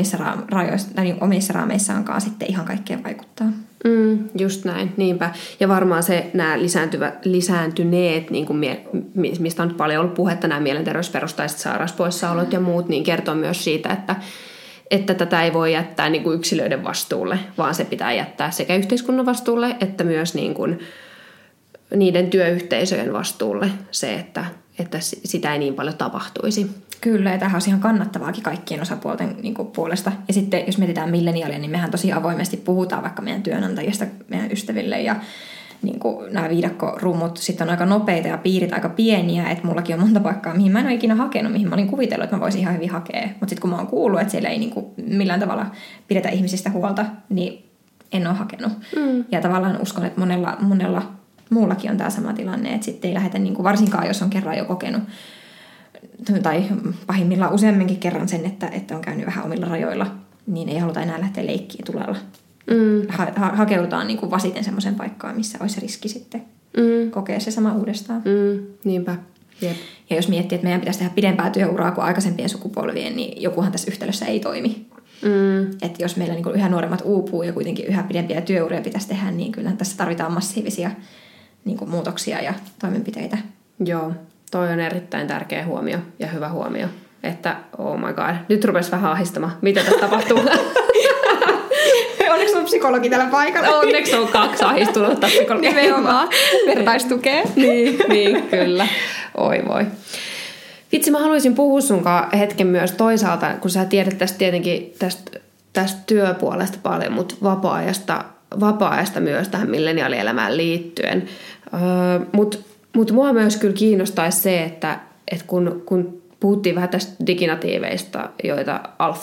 omissa raameissaankaan sitten ihan kaikkeen vaikuttaa. Just näin, niinpä. Ja varmaan nämä lisääntyneet, niin kuin mistä on nyt paljon ollut puhetta, nämä mielenterveysperustaiset sairauspoissaolot ja muut, niin kertoo myös siitä, että tätä ei voi jättää niin kuin yksilöiden vastuulle, vaan se pitää jättää sekä yhteiskunnan vastuulle, että myös niin kuin niiden työyhteisöjen vastuulle se, että sitä ei niin paljon tapahtuisi. Kyllä, ja tämähän on ihan kannattavaakin kaikkien osapuolten niin kuin puolesta. Ja sitten jos mietitään milleniaalia, niin mehän tosi avoimesti puhutaan vaikka meidän työnantajista, meidän ystäville, ja niin kuin nämä viidakkorummut sitten on aika nopeita ja piirit aika pieniä, että mullakin on monta paikkaa, mihin mä en ole ikinä hakenut, mihin mä olin kuvitellut, että mä voisin ihan hyvin hakea. Mutta sitten kun mä oon kuullut, että siellä ei niin kuin millään tavalla pidetä ihmisistä huolta, niin en ole hakenut. Ja tavallaan uskon, että monella muullakin on tämä sama tilanne, että sitten ei lähdetä, niin kuin varsinkaan jos on kerran jo kokenut, tai pahimmillaan useamminkin kerran sen, että on käynyt vähän omilla rajoilla, niin ei haluta enää lähteä leikkiin tulella. Hakeudutaan niin kuin vasiten semmoiseen paikkaan, missä olisi riski sitten kokea se sama uudestaan. Niinpä. Jep. Ja jos miettii, että meidän pitäisi tehdä pidempää työuraa kuin aikaisempien sukupolvien, niin jokuhan tässä yhtälössä ei toimi. Että jos meillä niin kuin yhä nuoremmat uupuu ja kuitenkin yhä pidempiä työuria pitäisi tehdä, niin kyllähän tässä tarvitaan massiivisia niin kuin muutoksia ja toimenpiteitä. Joo, toi on erittäin tärkeä huomio ja hyvä huomio. Että oh my god, nyt rupesi vähän ahdistamaan. Mitä tässä tapahtuu? Onneksi on psykologi tällä paikalla. Onneksi on 2 ahdistunutta psykologia. Nimenomaan. Vertaistukea. niin, kyllä. Oi voi. Vitsi, mä haluaisin puhua sunkaan hetken myös toisaalta, kun sä tiedät tästä tietenkin tästä työpuolesta paljon, mutta vapaa-ajasta myös tähän milleniaalielämään liittyen. Mutta mua myös kyllä kiinnostaisi se, että kun puhuttiin vähän tästä diginatiiveista, joita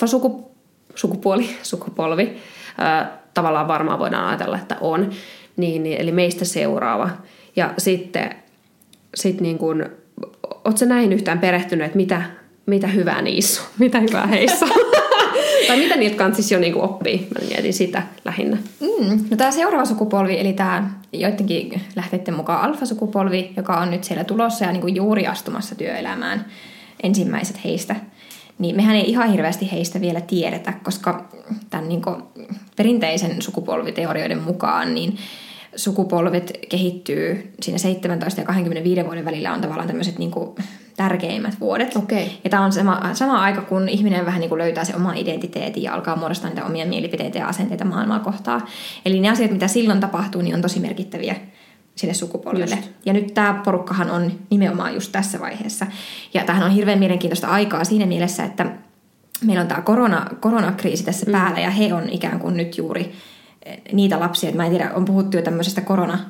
alfa-sukupolvi, tavallaan varmaan voidaan ajatella, että on, niin, eli meistä seuraava. Ja sitten niin kun ootko sä näihin yhtään perehtynyt, että mitä hyvää niissä on? Mitä hyvää heissä on? Tai mitä niiltä kantsisi jo niinku oppii? Mä mietin sitä lähinnä. No tämä seuraava sukupolvi, eli tämä joidenkin lähteiden mukaan alfasukupolvi, joka on nyt siellä tulossa ja niinku juuri astumassa työelämään, ensimmäiset heistä, niin mehän ei ihan hirveästi heistä vielä tiedetä, koska tämän niinku perinteisen sukupolviteorioiden mukaan niin sukupolvet kehittyy siinä 17 ja 25 vuoden välillä on tavallaan tämmöiset niinku tärkeimmät vuodet. Okay. Ja tämä on sama aika, kun ihminen vähän niin kuin löytää se oma identiteetin ja alkaa muodostaa niitä omia mielipiteitä ja asenteita maailmaa kohtaan. Eli ne asiat, mitä silloin tapahtuu, niin on tosi merkittäviä sille sukupolvelle. Just. Ja nyt tämä porukkahan on nimenomaan just tässä vaiheessa. Ja tämähän on hirveän mielenkiintoista aikaa siinä mielessä, että meillä on tämä koronakriisi tässä päällä ja he on ikään kuin nyt juuri niitä lapsia, että mä en tiedä, on puhuttu jo tämmöisestä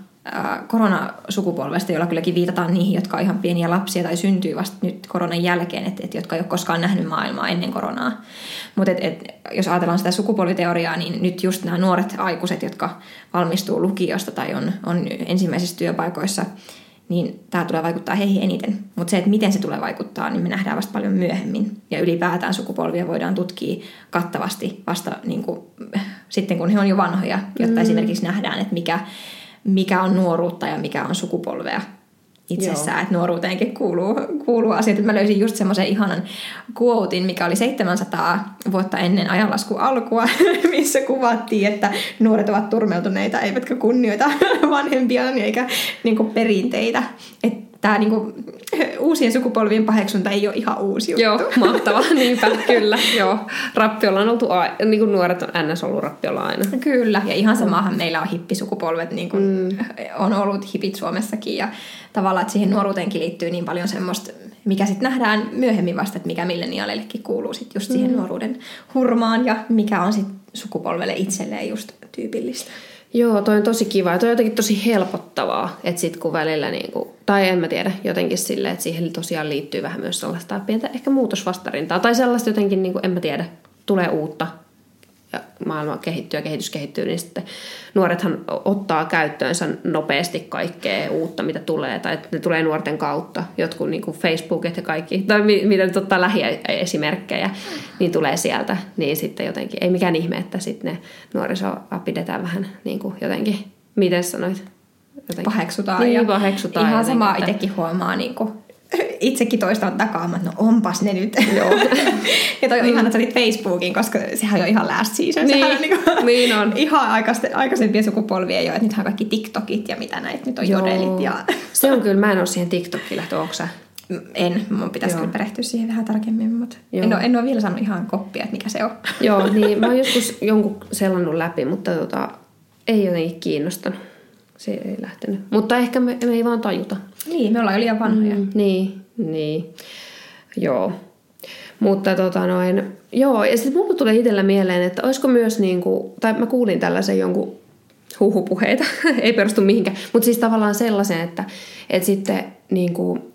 koronasukupolvesta, jolla kylläkin viitataan niihin, jotka on ihan pieniä lapsia tai syntyy vasta nyt koronan jälkeen, että jotka ei ole koskaan nähnyt maailmaa ennen koronaa. Mutta jos ajatellaan sitä sukupolviteoriaa, niin nyt just nämä nuoret aikuiset, jotka valmistuu lukiosta tai on ensimmäisissä työpaikoissa, niin tämä tulee vaikuttaa heihin eniten. Mutta se, että miten se tulee vaikuttaa, niin me nähdään vasta paljon myöhemmin. Ja ylipäätään sukupolvia voidaan tutkia kattavasti vasta niin kuin, sitten, kun he on jo vanhoja, jotta esimerkiksi nähdään, että mikä on nuoruutta ja mikä on sukupolvea itsessään. Että nuoruuteenkin kuuluu asiat. Mä löysin just semmoisen ihanan quotein, mikä oli 700 vuotta ennen ajanlaskun alkua, missä kuvattiin, että nuoret ovat turmeltuneita, eivätkä kunnioita vanhempiaan eikä niinku perinteitä. Että tämä niinku, uusien sukupolvien paheksunta ei ole ihan uusi juttu. Joo, mahtavaa. Niinpä, kyllä. Joo. Rappiolla on oltu, niin kuin nuoret on ns. Ollut rappiolla aina. Kyllä, ja ihan samahan meillä on hippisukupolvet, niin kuin on ollut hipit Suomessakin. Ja tavallaan, että siihen nuoruuteenkin liittyy niin paljon semmoista, mikä sitten nähdään myöhemmin vasta, että mikä milleniaaleillekin kuuluu sitten just siihen nuoruuden hurmaan ja mikä on sitten sukupolvelle itselleen just tyypillistä. Joo, toi on tosi kiva ja toi on jotenkin tosi helpottavaa, että sit kun välillä, niinku, tai en mä tiedä, jotenkin silleen, että siihen tosiaan liittyy vähän myös sellaista pientä ehkä muutosvastarintaa tai sellaista jotenkin, niinku, en mä tiedä, tulee uutta ja maailma kehittyy ja kehitys kehittyy, niin sitten nuorethan ottaa käyttöönsä nopeasti kaikkea uutta, mitä tulee, tai ne tulee nuorten kautta, jotkut niinku Facebookit ja kaikki, tai mitä nyt ottaa lähiesimerkkejä, niin tulee sieltä, niin sitten jotenkin, ei mikään ihme, että sitten ne nuorisoa pidetään vähän niinku jotenkin, miten sanoit? Jotenkin. Paheksutaan. Niin, ja paheksutaan. Ihan sama itsekin huomaa niinku. Itsekin toistaan takaamaan, että no onpas ne nyt. Joo. Ja toi on ihana, että sä olit Facebookin, koska sehän on jo ihan last season. Niin, sehän on niin, niin on. Ihan aikaisempia sukupolvia jo, että nythän kaikki TikTokit ja mitä näitä nyt on jodelit. Ja... Se on kyllä, mä en ole siihen TikTokiin lähtö, onko sä? Mun pitäisi kyllä perehtyä siihen vähän tarkemmin, mutta en ole vielä saanut ihan koppia, että mikä se on. Joo, niin mä oon joskus jonkun selannut läpi, mutta ei jotenkin kiinnostanut. Se ei lähtenyt. Mutta ehkä me ei vaan tajuta. Niin, me ollaan jo liian vanhoja. Niin. Joo. Mutta joo, ja sitten mulle tulee itsellä mieleen, että olisiko myös niinku, tai mä kuulin tällaisen jonkun huhupuheita, ei perustu mihinkään, mutta siis tavallaan sellaisen, että sitten niinku,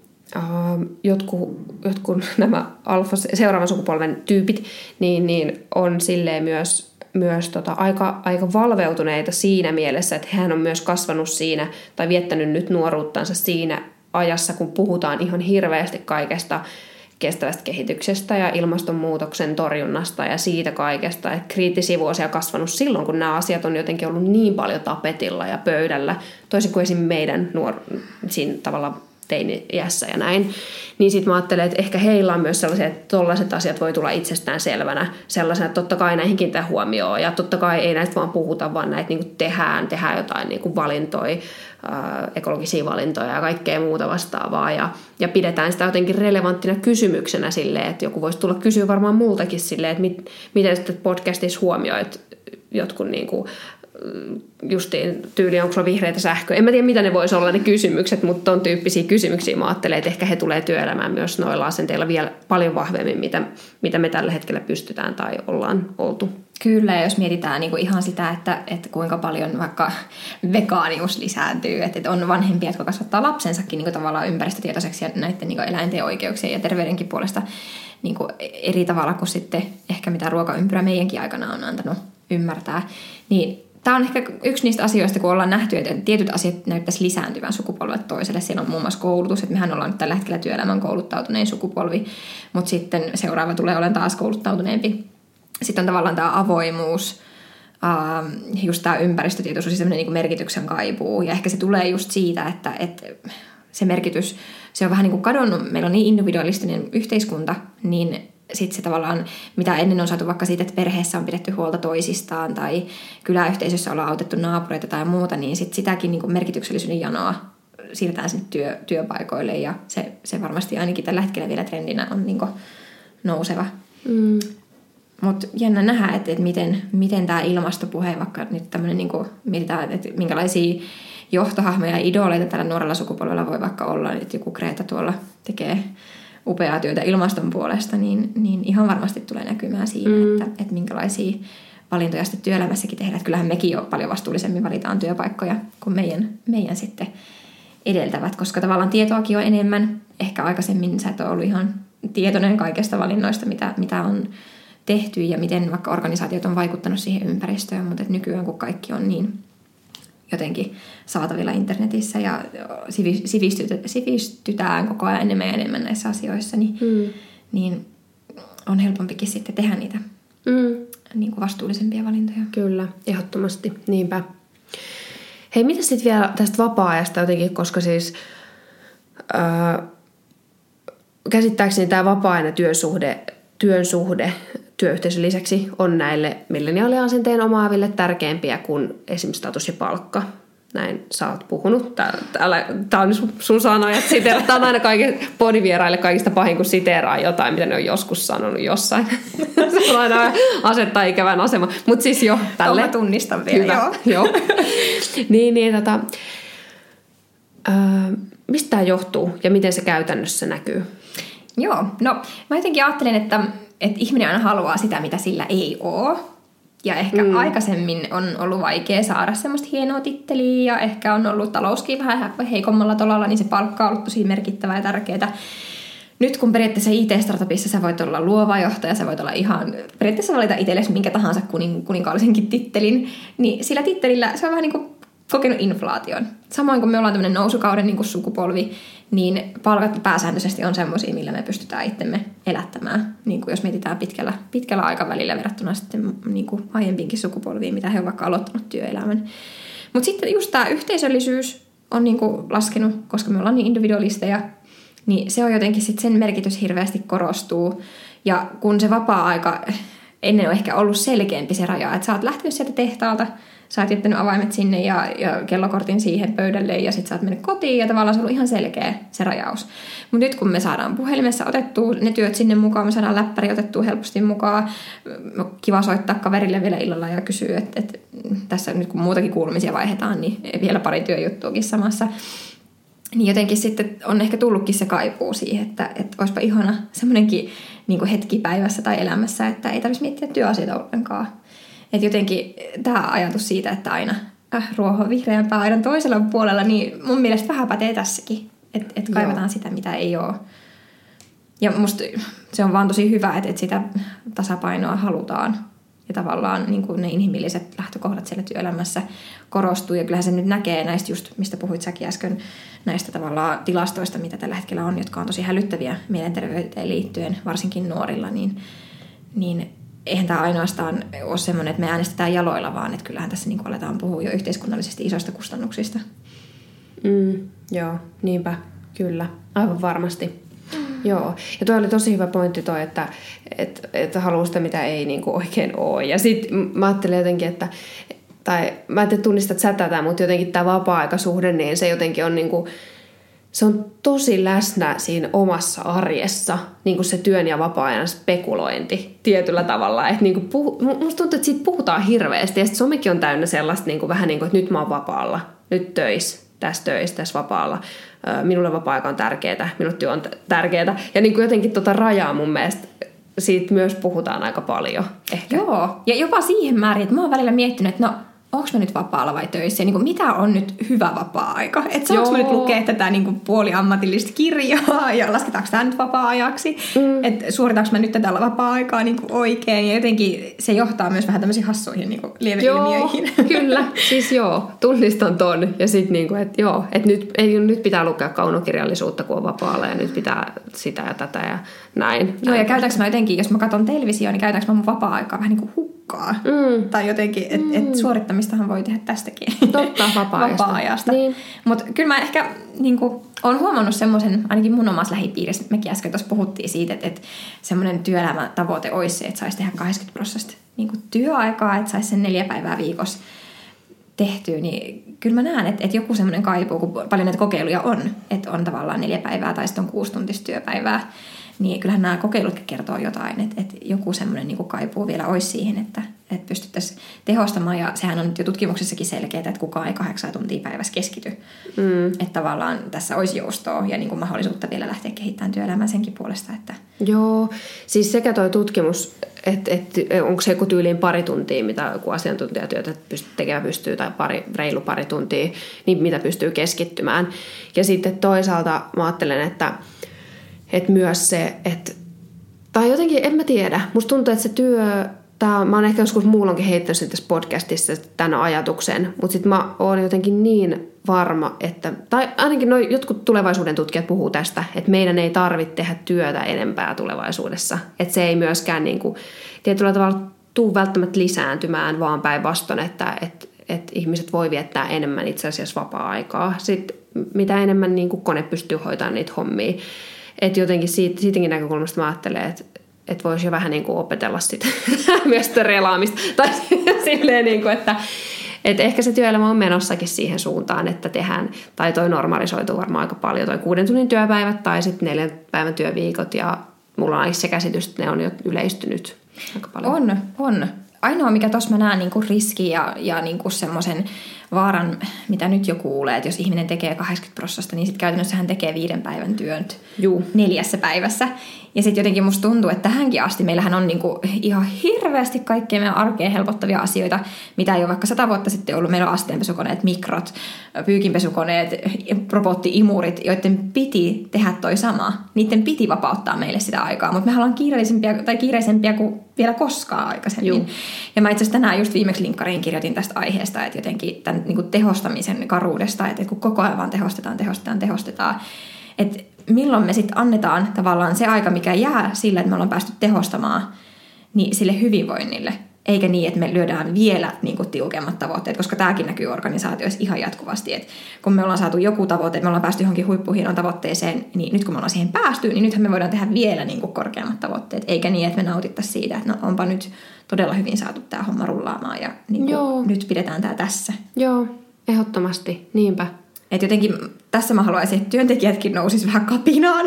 jotkut nämä seuraavan sukupolven tyypit, niin on silleen myös aika valveutuneita siinä mielessä, että hän on myös kasvanut siinä tai viettänyt nyt nuoruuttansa siinä ajassa, kun puhutaan ihan hirveästi kaikesta kestävästä kehityksestä ja ilmastonmuutoksen torjunnasta ja siitä kaikesta. Että kriittisiä vuosia kasvanut silloin, kun nämä asiat on jotenkin ollut niin paljon tapetilla ja pöydällä, toisin kuin esimerkiksi meidän siinä tavalla teini-iässä ja näin, niin sitten mä ajattelen, että ehkä heillä on myös sellaisia, että tollaiset asiat voi tulla itsestään selvänä sellaisena, että totta kai näihin kiinnitetään huomioon ja totta kai ei näistä vaan puhuta, vaan näitä niin tehdään jotain niin valintoja, ekologisia valintoja ja kaikkea muuta vastaavaa ja pidetään sitä jotenkin relevanttina kysymyksenä silleen, että joku voisi tulla kysyä varmaan multakin silleen, että miten sitten podcastissa huomioit jotkut niin kuin justiin tyyli, onko sulla vihreitä sähköä. En mä tiedä, mitä ne voisi olla ne kysymykset, mutta on tyyppisiä kysymyksiä. Mä ajattelen, että ehkä he tulee työelämään myös noilla asenteilla vielä paljon vahvemmin, mitä me tällä hetkellä pystytään tai ollaan oltu. Kyllä, ja jos mietitään niin kuin ihan sitä, että kuinka paljon vaikka vegaanius lisääntyy, että on vanhempia, jotka kasvattaa lapsensakin niin kuin tavallaan ympäristötietoiseksi ja näiden niin kuin eläinten oikeuksien ja terveydenkin puolesta niin kuin eri tavalla kuin sitten ehkä mitä ruokaympyrä meidänkin aikana on antanut ymmärtää, niin Tämä on ehkä yksi niistä asioista, kun ollaan nähty, että tietyt asiat näyttäisi lisääntyvän sukupolvelta toiselle. Siellä on muun muassa koulutus, että mehän ollaan nyt tällä hetkellä työelämän kouluttautunein sukupolvi, mutta sitten seuraava tulee olemaan taas kouluttautuneempi. Sitten on tavallaan tämä avoimuus, just tämä ympäristötietoisuus ja sellainen niin kuin merkityksen kaipuu. Ja ehkä se tulee just siitä, että se merkitys, se on vähän niin kuin kadonnut. Meillä on niin individualistinen yhteiskunta, niin sitten se tavallaan, mitä ennen on saatu vaikka siitä, että perheessä on pidetty huolta toisistaan tai kyläyhteisössä ollaan autettu naapureita tai muuta, niin sitten sitäkin niin kuin merkityksellisyyden janoa siirretään sinne työpaikoille ja se varmasti ainakin tällä hetkellä vielä trendinä on niin kuin nouseva. Mutta jännä nähdä, että miten tämä ilmastopuhe, vaikka nyt tämmöinen, niin kuin mietitään, että minkälaisia johtohahmoja ja idoleita tällä nuorella sukupolvella voi vaikka olla, että joku Greta tuolla tekee upeaa työtä ilmaston puolesta, niin ihan varmasti tulee näkymään siinä, että minkälaisia valintoja sitten työelämässäkin tehdään. Että kyllähän mekin jo paljon vastuullisemmin valitaan työpaikkoja kuin meidän sitten edeltävät, koska tavallaan tietoakin on enemmän. Ehkä aikaisemmin sä et ole ollut ihan tietoinen kaikesta valinnoista, mitä on tehty ja miten vaikka organisaatiot on vaikuttanut siihen ympäristöön, mutta nykyään kun kaikki on niin jotenkin saatavilla internetissä ja sivistytään koko ajan enemmän ja enemmän näissä asioissa, niin on helpompikin sitten tehdä niitä niin kuin vastuullisempia valintoja. Kyllä, ehdottomasti. Niinpä. Hei, mitä sitten vielä tästä vapaa-ajasta jotenkin, koska siis käsittääkseni tämä vapaa-ajan työn suhde työyhteisön lisäksi on näille milleniaaliasenteen omaaville tärkeämpiä kuin esimerkiksi status ja palkka. Näin sä oot puhunut. Tää on sun sanoja, että siteerataan aina kaikille podivieraille kaikista pahin, kun siteeraa jotain, mitä ne on joskus sanonut jossain. Se on aina asettaa ikävän aseman. Mutta siis jo tälle. Mä tunnistan vielä. Hyvä. Joo. Mistä tämä johtuu ja miten se käytännössä näkyy? Joo, no mä jotenkin ajattelen, että ihminen aina haluaa sitä, mitä sillä ei ole. Ja ehkä aikaisemmin on ollut vaikea saada semmoista hienoa titteliä ja ehkä on ollut talouskin vähän heikommalla tolalla, niin se palkka on ollut tosi merkittävää ja tärkeää. Nyt kun periaatteessa IT-startupissa sä voit olla luova johtaja, sä voit olla ihan periaatteessa valita itsellesi minkä tahansa kuninkaallisenkin tittelin, niin sillä tittelillä se on vähän niin kuin kokenut inflaation. Samoin kun me ollaan tämmöinen nousukauden niin kuin sukupolvi, niin palkat pääsääntöisesti on semmoisia, millä me pystytään itsemme elättämään. Niin kuin jos mietitään pitkällä aikavälillä verrattuna sitten niin kuin aiempiinkin sukupolviin, mitä he ovat vaikka aloittanut työelämän. Mutta sitten just tämä yhteisöllisyys on niin kuin laskenut, koska me ollaan niin individualisteja, niin se on jotenkin sitten sen merkitys hirveästi korostuu. Ja kun se vapaa-aika ennen on ehkä ollut selkeämpi se raja, että sä oot lähtenyt sieltä tehtaalta, sä oot jättänyt avaimet sinne ja kellokortin siihen pöydälle ja sit sä oot mennyt kotiin ja tavallaan se on ollut ihan selkeä se rajaus. Mutta nyt kun me saadaan puhelimessa otettua ne työt sinne mukaan, me saadaan läppäri otettua helposti mukaan, kiva soittaa kaverille vielä illalla ja kysyä, että tässä nyt kun muutakin kuulumisia vaihdetaan, niin vielä pari työjuttuakin samassa. Niin jotenkin sitten on ehkä tullutkin se kaipuu siihen, että olisipa ihana semmoinenkin niin kuin hetki päivässä tai elämässä, että ei tarvitsisi miettiä työasioita ollenkaan. Että jotenkin tämä ajatus siitä, että aina ruoho vihreämpää aidan toisella puolella, niin mun mielestä vähän pätee tässäkin. Että kaivataan sitä, mitä ei ole. Ja musta se on vaan tosi hyvä, että sitä tasapainoa halutaan. Ja tavallaan niin kuin ne inhimilliset lähtökohdat siellä työelämässä korostuu. Ja kyllähän se nyt näkee näistä just, mistä puhuit säkin äsken, näistä tavallaan tilastoista, mitä tällä hetkellä on, jotka on tosi hälyttäviä mielenterveyteen liittyen, varsinkin nuorilla, niin eihän tämä ainoastaan ole semmoinen, että me äänestetään jaloilla, vaan että kyllähän tässä niin kuin aletaan puhua jo yhteiskunnallisesti isoista kustannuksista. Joo, niinpä, kyllä, aivan varmasti. Joo, ja toi oli tosi hyvä pointti toi, että haluaa sitä, mitä ei niin kuin oikein ole. Ja sitten mä ajattelin jotenkin, mä en tiedä tunnistat sä tätä, mutta jotenkin tämä vapaa-aikasuhde, niin se jotenkin on niin kuin, se on tosi läsnä siinä omassa arjessa, niin kuin se työn ja vapaa-ajan spekulointi tietyllä tavalla. Että niin kuin musta tuntuu, että siitä puhutaan hirveästi, ja sitten somekin on täynnä sellaista niin kuin, vähän niin kuin, että nyt mä oon vapaalla, nyt tässä vapaalla. Minulle vapaa-aika on tärkeää, minulle työ on tärkeää. Ja niin kuin jotenkin rajaa mun mielestä siitä myös puhutaan aika paljon. Ehkä. Joo, ja jopa siihen määrin, että mä oon välillä miettinyt, että no onko mä nyt vapaalla vai töissä, ja niin kuin, mitä on nyt hyvä vapaa-aika. Että saanko mä nyt lukea tätä niin kuin puoliammatillista kirjaa, ja lasketaanko tämä nyt vapaa-ajaksi, että suoritaanko mä nyt tätä vapaa-aikaa niin kuin oikein, ja jotenkin se johtaa myös vähän tämmöisiin hassuihin niin kuin lieveilmiöihin. Kyllä, siis tunnistan ton, ja sitten niin että nyt pitää lukea kaunokirjallisuutta, kun on vapaalla, ja nyt pitää sitä ja tätä ja näin. Joo, ja käytänkö mä jotenkin, jos mä katson televisioon, niin käytänkö mä mun vapaa-aikaa vähän niin kuin hukkaa. Tai jotenkin, että suorittamistahan voi tehdä tästäkin. Totta, vapaa-ajasta. Niin. Mutta kyllä mä ehkä niin kuin, olen huomannut semmoisen, ainakin mun omassa lähipiirissä, mekin äsken tuossa puhuttiin siitä, että semmoinen työelämätavoite olisi se, että saisi tehdä 80% niin kuin työaikaa, että saisi sen 4 päivää viikossa tehtyä, niin kyllä mä näen, että joku semmoinen kaipuu, kun paljon näitä kokeiluja on, että on tavallaan 4 päivää tai sitten on 6-tuntista työpäivää, niin kyllähän nämä kokeilutkin kertoo jotain, että joku semmoinen niin kuin kaipuu vielä olisi siihen, että pystyttäisiin tehostamaan, ja sehän on nyt jo tutkimuksessakin selkeää, että kukaan ei 8 tuntia päivässä keskity. Että tavallaan tässä olisi joustoa ja niin kuin mahdollisuutta vielä lähteä kehittämään työelämää senkin puolesta. Että... Joo, siis sekä toi tutkimus, että onko se joku tyyliin 2 tuntia, mitä joku asiantuntijatyötä pystyy, tai reilu 2 tuntia, niin mitä pystyy keskittymään. Ja sitten toisaalta mä ajattelen, että myös se, tai jotenkin, en mä tiedä, musta tuntuu, että se työ, mä oon ehkä joskus muullonkin heittänyt tässä podcastissa tämän ajatuksen, mutta sitten mä oon jotenkin niin varma, tai ainakin jotkut tulevaisuuden tutkijat puhuu tästä, että meidän ei tarvitse tehdä työtä enempää tulevaisuudessa. Että se ei myöskään niin kuin, tietyllä tavalla tule välttämättä lisääntymään, vaan päinvastoin, että ihmiset voi viettää enemmän itse asiassa vapaa-aikaa. Sitten mitä enemmän niin kuin kone pystyy hoitamaan niitä hommia. Että jotenkin siitäkin näkökulmasta mä ajattelen, että voisi jo vähän niin kuin opetella sitä myös relaamista. Tai silleen, niin kuin, että ehkä se työelämä on menossakin siihen suuntaan, että tehdään, tai toi normalisoituu varmaan aika paljon, toi 6 tunnin työpäivät tai sitten 4 päivän työviikot, ja mulla on se käsitys, että ne on jo yleistynyt aika paljon. On. Ainoa, mikä tuossa mä näen niin kuin riski ja niin kuin semmoisen vaaran, mitä nyt jo kuulee, että jos ihminen tekee 80%, niin sitten käytännössä hän tekee 5 päivän työn 4 päivässä. Ja sitten jotenkin musta tuntuu, että tähänkin asti meillähän on niinku ihan hirveästi kaikkea meidän arkeen helpottavia asioita, mitä ei ole vaikka 100 vuotta sitten ollut. Meillä on asteenpesukoneet, mikrot, pyykinpesukoneet, robotti-imurit, joiden piti tehdä toi sama. Niiden piti vapauttaa meille sitä aikaa, mutta me ollaan kiireisempiä kuin vielä koskaan aikaisemmin. Juh. Ja mä itse asiassa tänään just viimeksi linkkariin kirjoitin tästä aiheesta, että jotenkin tämän niinku tehostamisen karuudesta, että kun koko ajan vaan tehostetaan, että milloin me sitten annetaan tavallaan se aika, mikä jää sillä, että me ollaan päästy tehostamaan, niin sille hyvinvoinnille. Eikä niin, että me lyödään vielä niin kuin tiukemmat tavoitteet, koska tämäkin näkyy organisaatioissa ihan jatkuvasti. Että kun me ollaan saatu joku tavoite, että me ollaan päästy johonkin huippuhienon tavoitteeseen, niin nyt kun me ollaan siihen päästy, niin nythän me voidaan tehdä vielä niin kuin korkeammat tavoitteet. Eikä niin, että me nautittaisiin siitä, että no onpa nyt todella hyvin saatu tämä homma rullaamaan ja niin kuin nyt pidetään tämä tässä. Joo, ehdottomasti, niinpä. Että jotenkin tässä mä haluaisin, että työntekijätkin nousisi vähän kapinaan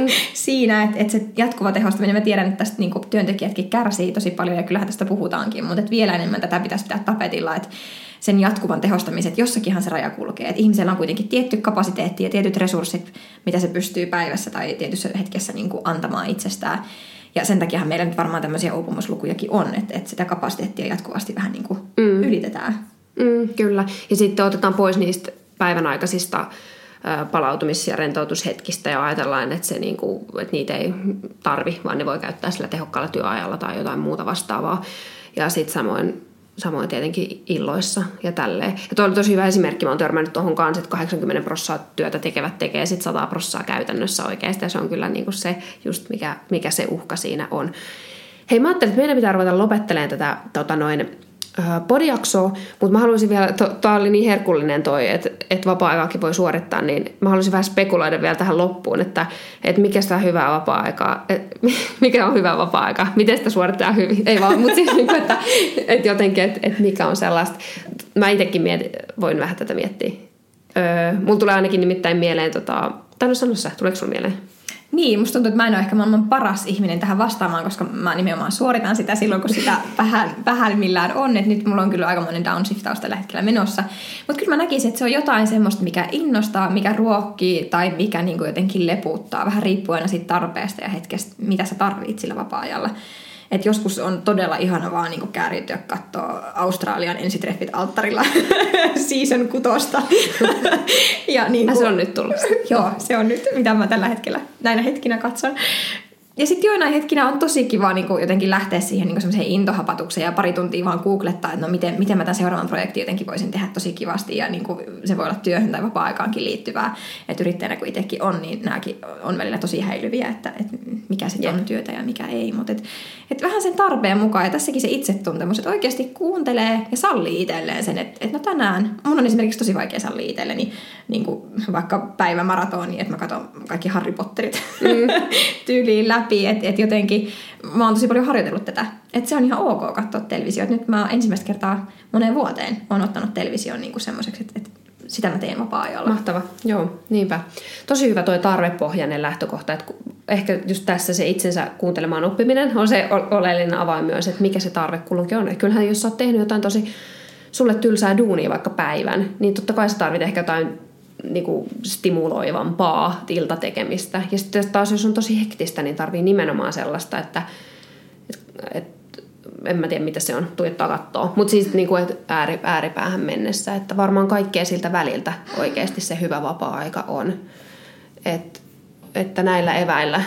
siinä, että se jatkuva tehostaminen, mä tiedän, että tästä niin kuin työntekijätkin kärsii tosi paljon ja kyllähän tästä puhutaankin, mutta että vielä enemmän tätä pitäisi pitää tapetilla, että sen jatkuvan tehostamisen, että jossakinhan se raja kulkee, että ihmisellä on kuitenkin tietty kapasiteetti ja tietyt resurssit, mitä se pystyy päivässä tai tietyssä hetkessä niin kuin antamaan itsestään. Ja sen takiahan meillä nyt varmaan tämmöisiä uupumuslukujakin on, että sitä kapasiteettia jatkuvasti vähän niin kuin ylitetään. Kyllä, ja sitten otetaan pois niistä päivän aikaisista palautumis- ja rentoutushetkistä ja ajatellaan, että, että niitä ei tarvi, vaan ne voi käyttää sillä tehokkaalla työajalla tai jotain muuta vastaavaa. Ja sitten samoin tietenkin illoissa ja tälleen. Ja tuo oli tosi hyvä esimerkki. Mä oon törmännyt tuohon kanssa, että 80% työtä tekevät tekee sitten 100% käytännössä oikeasti. Ja se on kyllä niin kuin se, just mikä se uhka siinä on. Hei, mä ajattelin, että meidän pitää ruveta lopettelemaan tätä podijaksoa, mutta mä haluaisin vielä, tää oli niin herkullinen toi, että vapaa-aikaakin voi suorittaa, niin mä haluaisin vähän spekuloida vielä tähän loppuun, että mikä sitä hyvää vapaa-aikaa, mikä on hyvä vapaa-aika, miten sitä suorittaa hyvin, ei vaan, mutta siis, että jotenkin, että mikä on sellaista, mä itsekin voin vähän tätä miettiä. Mulla tulee ainakin nimittäin mieleen, tai no sano sä, tuleeko sulla mieleen? Niin, musta tuntuu, että mä en ole ehkä maailman paras ihminen tähän vastaamaan, koska mä nimenomaan suoritan sitä silloin, kun sitä vähän millään on. Et nyt mulla on kyllä aikamoinen downshiftaus tällä hetkellä menossa. Mutta kyllä mä näkisin, että se on jotain semmoista, mikä innostaa, mikä ruokkii tai mikä niin kuin jotenkin leputtaa. Vähän riippuen siitä tarpeesta ja hetkestä, mitä sä tarvitset sillä vapaa-ajalla. että joskus on todella ihana vaan niin kääriytyä katsoa Australian ensitreffit alttarilla season 6. Ja niin se on nyt tullut. Joo, se on nyt, mitä mä tällä hetkellä näinä hetkinä katson. Ja sitten joinain hetkinä on tosi kiva niin jotenkin lähteä siihen niin semmoiseen intohapatukseen ja pari tuntia vaan googlettaa, että no miten mä tämän seuraavan projektin jotenkin voisin tehdä tosi kivasti ja niin se voi olla työhön tai vapaa-aikaankin liittyvää. Että yrittäjänä kun itsekin on, niin nämäkin on välillä tosi häilyviä, että mikä sitten on työtä ja mikä ei. Mutta et vähän sen tarpeen mukaan ja tässäkin se itsetuntemus, että oikeasti kuuntelee ja sallii itselleen sen, että no tänään, mun on esimerkiksi tosi vaikea sallia itselleni niin vaikka päivämaratoni, että mä katson kaikki Harry Potterit tyyliin läpi. Että jotenkin mä oon tosi paljon harjoitellut tätä. Että se on ihan ok katsoa televisiota. Nyt mä ensimmäistä kertaa moneen vuoteen oon ottanut television niin semmoiseksi, että sitä mä teen vapaa-ajalla. Mahtava, joo, niinpä. Tosi hyvä toi tarvepohjainen lähtökohta. Että ehkä just tässä se itsensä kuuntelemaan oppiminen on se oleellinen avain myös, että mikä se tarve kulloinkin on. Että kyllähän jos sä oot tehnyt jotain tosi sulle tylsää duunia vaikka päivän, niin totta kai sä tarvit ehkä jotain niinku stimuloivampaa iltatekemistä. Ja sitten taas jos on tosi hektistä, niin tarvii nimenomaan sellaista, että en mä tiedä mitä se on, tuijottaa kattoo. Mutta siis niinku, ääripäähän mennessä, että varmaan kaikkea siltä väliltä oikeasti se hyvä vapaa-aika on. Että näillä eväillä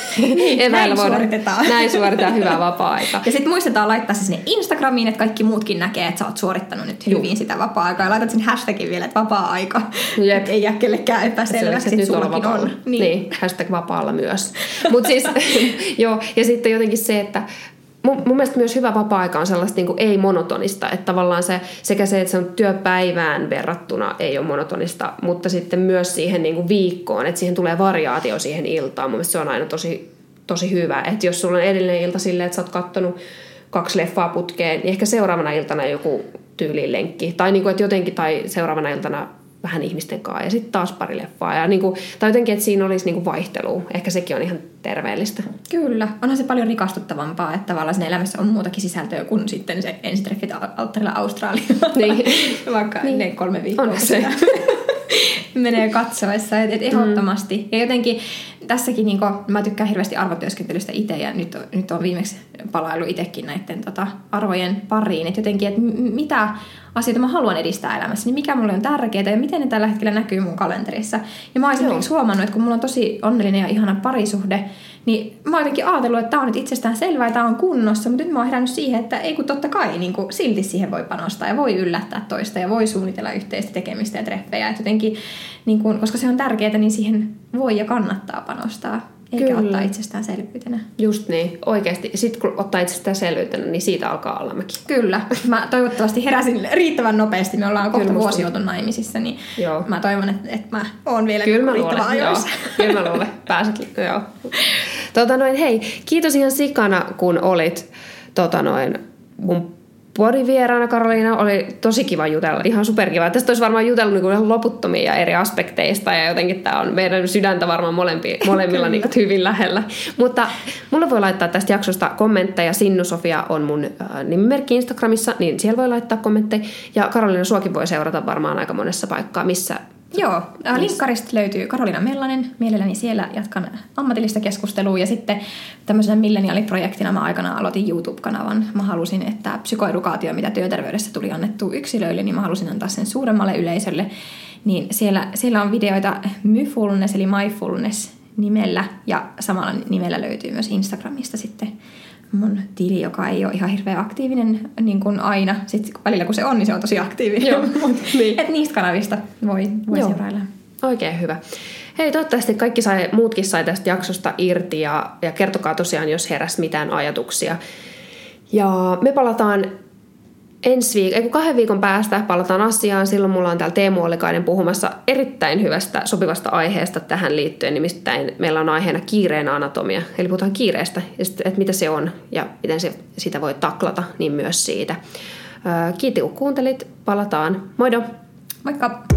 näin suoritetaan hyvä vapaa-aika. Ja sitten muistetaan laittaa se sinne Instagramiin, että kaikki muutkin näkee, että sä oot suorittanut nyt hyvin sitä vapaa-aikaa. Ja laitat sen hashtagin vielä, että vapaa-aika. Että ei jää kellekään epäselväksi, että sullakin on. Niin, hashtag vapaalla myös. Mutta siis, joo, ja sitten jotenkin se, että mun mielestä myös hyvä vapaa-aika on sellaista niin kuin ei-monotonista, että tavallaan sekä se, että se on työpäivään verrattuna ei ole monotonista, mutta sitten myös siihen niin kuin viikkoon, että siihen tulee variaatio siihen iltaan. Mun mielestä se on aina tosi hyvä, että jos sulla on edellinen ilta silleen, että sä oot kattonut 2 leffaa putkeen, niin ehkä seuraavana iltana joku tyyliin lenkki, tai, niin kuin, että jotenkin, tai seuraavana iltana vähän ihmisten kanssa ja sitten taas pari leffaa. Ja niinku, tai jotenkin, että siinä olisi niinku vaihtelua. Ehkä sekin on ihan terveellistä. Kyllä. Onhan se paljon rikastuttavampaa, että tavallaan siinä elämässä on muutakin sisältöä kuin sitten se ensitreffit alttarilla Australialla. Niin. Vaikka niin. Ne 3 viikkoa. On se. Menee katsoessa, että ehdottomasti. Ja jotenkin tässäkin niin mä tykkään hirveästi arvotyöskentelystä itse ja nyt on viimeksi palailu itsekin näiden arvojen pariin. Että jotenkin, että mitä asioita mä haluan edistää elämässä, niin mikä mulle on tärkeää ja miten ne tällä hetkellä näkyy mun kalenterissa. Ja mä oon esimerkiksi huomannut, että kun mulla on tosi onnellinen ja ihana parisuhde, niin mä oon jotenkin ajatellut, että tää on nyt itsestään selvää ja tää on kunnossa, mutta nyt mä oon herännyt siihen, että ei kun totta kai niin kun silti siihen voi panostaa ja voi yllättää toista ja voi suunnitella yhteistä tekemistä ja treffejä. Että jotenkin, niin kun, koska se on tärkeää, niin siihen voi ja kannattaa panostaa. Eikä Kyllä. ottaa itsestäänselvyytenä. Just niin, oikeasti. Sitten kun ottaa itsestäänselvyytenä, niin siitä alkaa alamäki. Kyllä. Mä toivottavasti heräsin riittävän nopeasti. Me ollaan kohta vuosi oltu naimisissa, niin joo. Mä toivon, että mä oon vielä riittävän ajoissa. Kyllä mä luulen. Pääset. Joo. Hei, kiitos ihan sikana, kun olit mun podivieraana, Karoliina. Oli tosi kiva jutella, ihan superkiva. Tästä olisi varmaan jutellut niin loputtomia ja eri aspekteista ja jotenkin tämä on meidän sydäntä varmaan molemmilla niin hyvin lähellä. Mutta mulle voi laittaa tästä jaksosta kommentteja. Sinnu Sofia on mun nimimerkki Instagramissa, niin siellä voi laittaa kommentteja. Ja Karoliina, suokin voi seurata varmaan aika monessa paikkaa, missä... Joo, linkkarista löytyy Karoliina Mellanen. Mielelläni siellä jatkan ammatillista keskustelua. Ja sitten tämmöisenä milleniaaliprojektina mä aikanaan aloitin YouTube-kanavan. Mä halusin, että psykoedukaatio, mitä työterveydessä tuli annettu yksilöille, niin mä halusin antaa sen suuremmalle yleisölle. Niin siellä on videoita Myfulness eli Myfulness nimellä. Ja samalla nimellä löytyy myös Instagramista sitten mun tili, joka ei ole ihan hirveän aktiivinen niin kuin aina. Sitten välillä kun se on, niin se on tosi aktiivinen. Niin. Et niistä kanavista voi seurailla. Oikein hyvä. Hei, toivottavasti muutkin sai tästä jaksosta irti ja kertokaa tosiaan, jos heräsi mitään ajatuksia. Ja me palataan 2 viikon päästä palataan asiaan. Silloin mulla on täällä Teemu Ollikainen puhumassa erittäin hyvästä, sopivasta aiheesta tähän liittyen. Nimittäin meillä on aiheena kiireen anatomia. Eli puhutaan kiireestä, ja sitten, että mitä se on ja miten sitä voi taklata, niin myös siitä. Kiitos kun kuuntelit. Palataan. Moido! Moikka!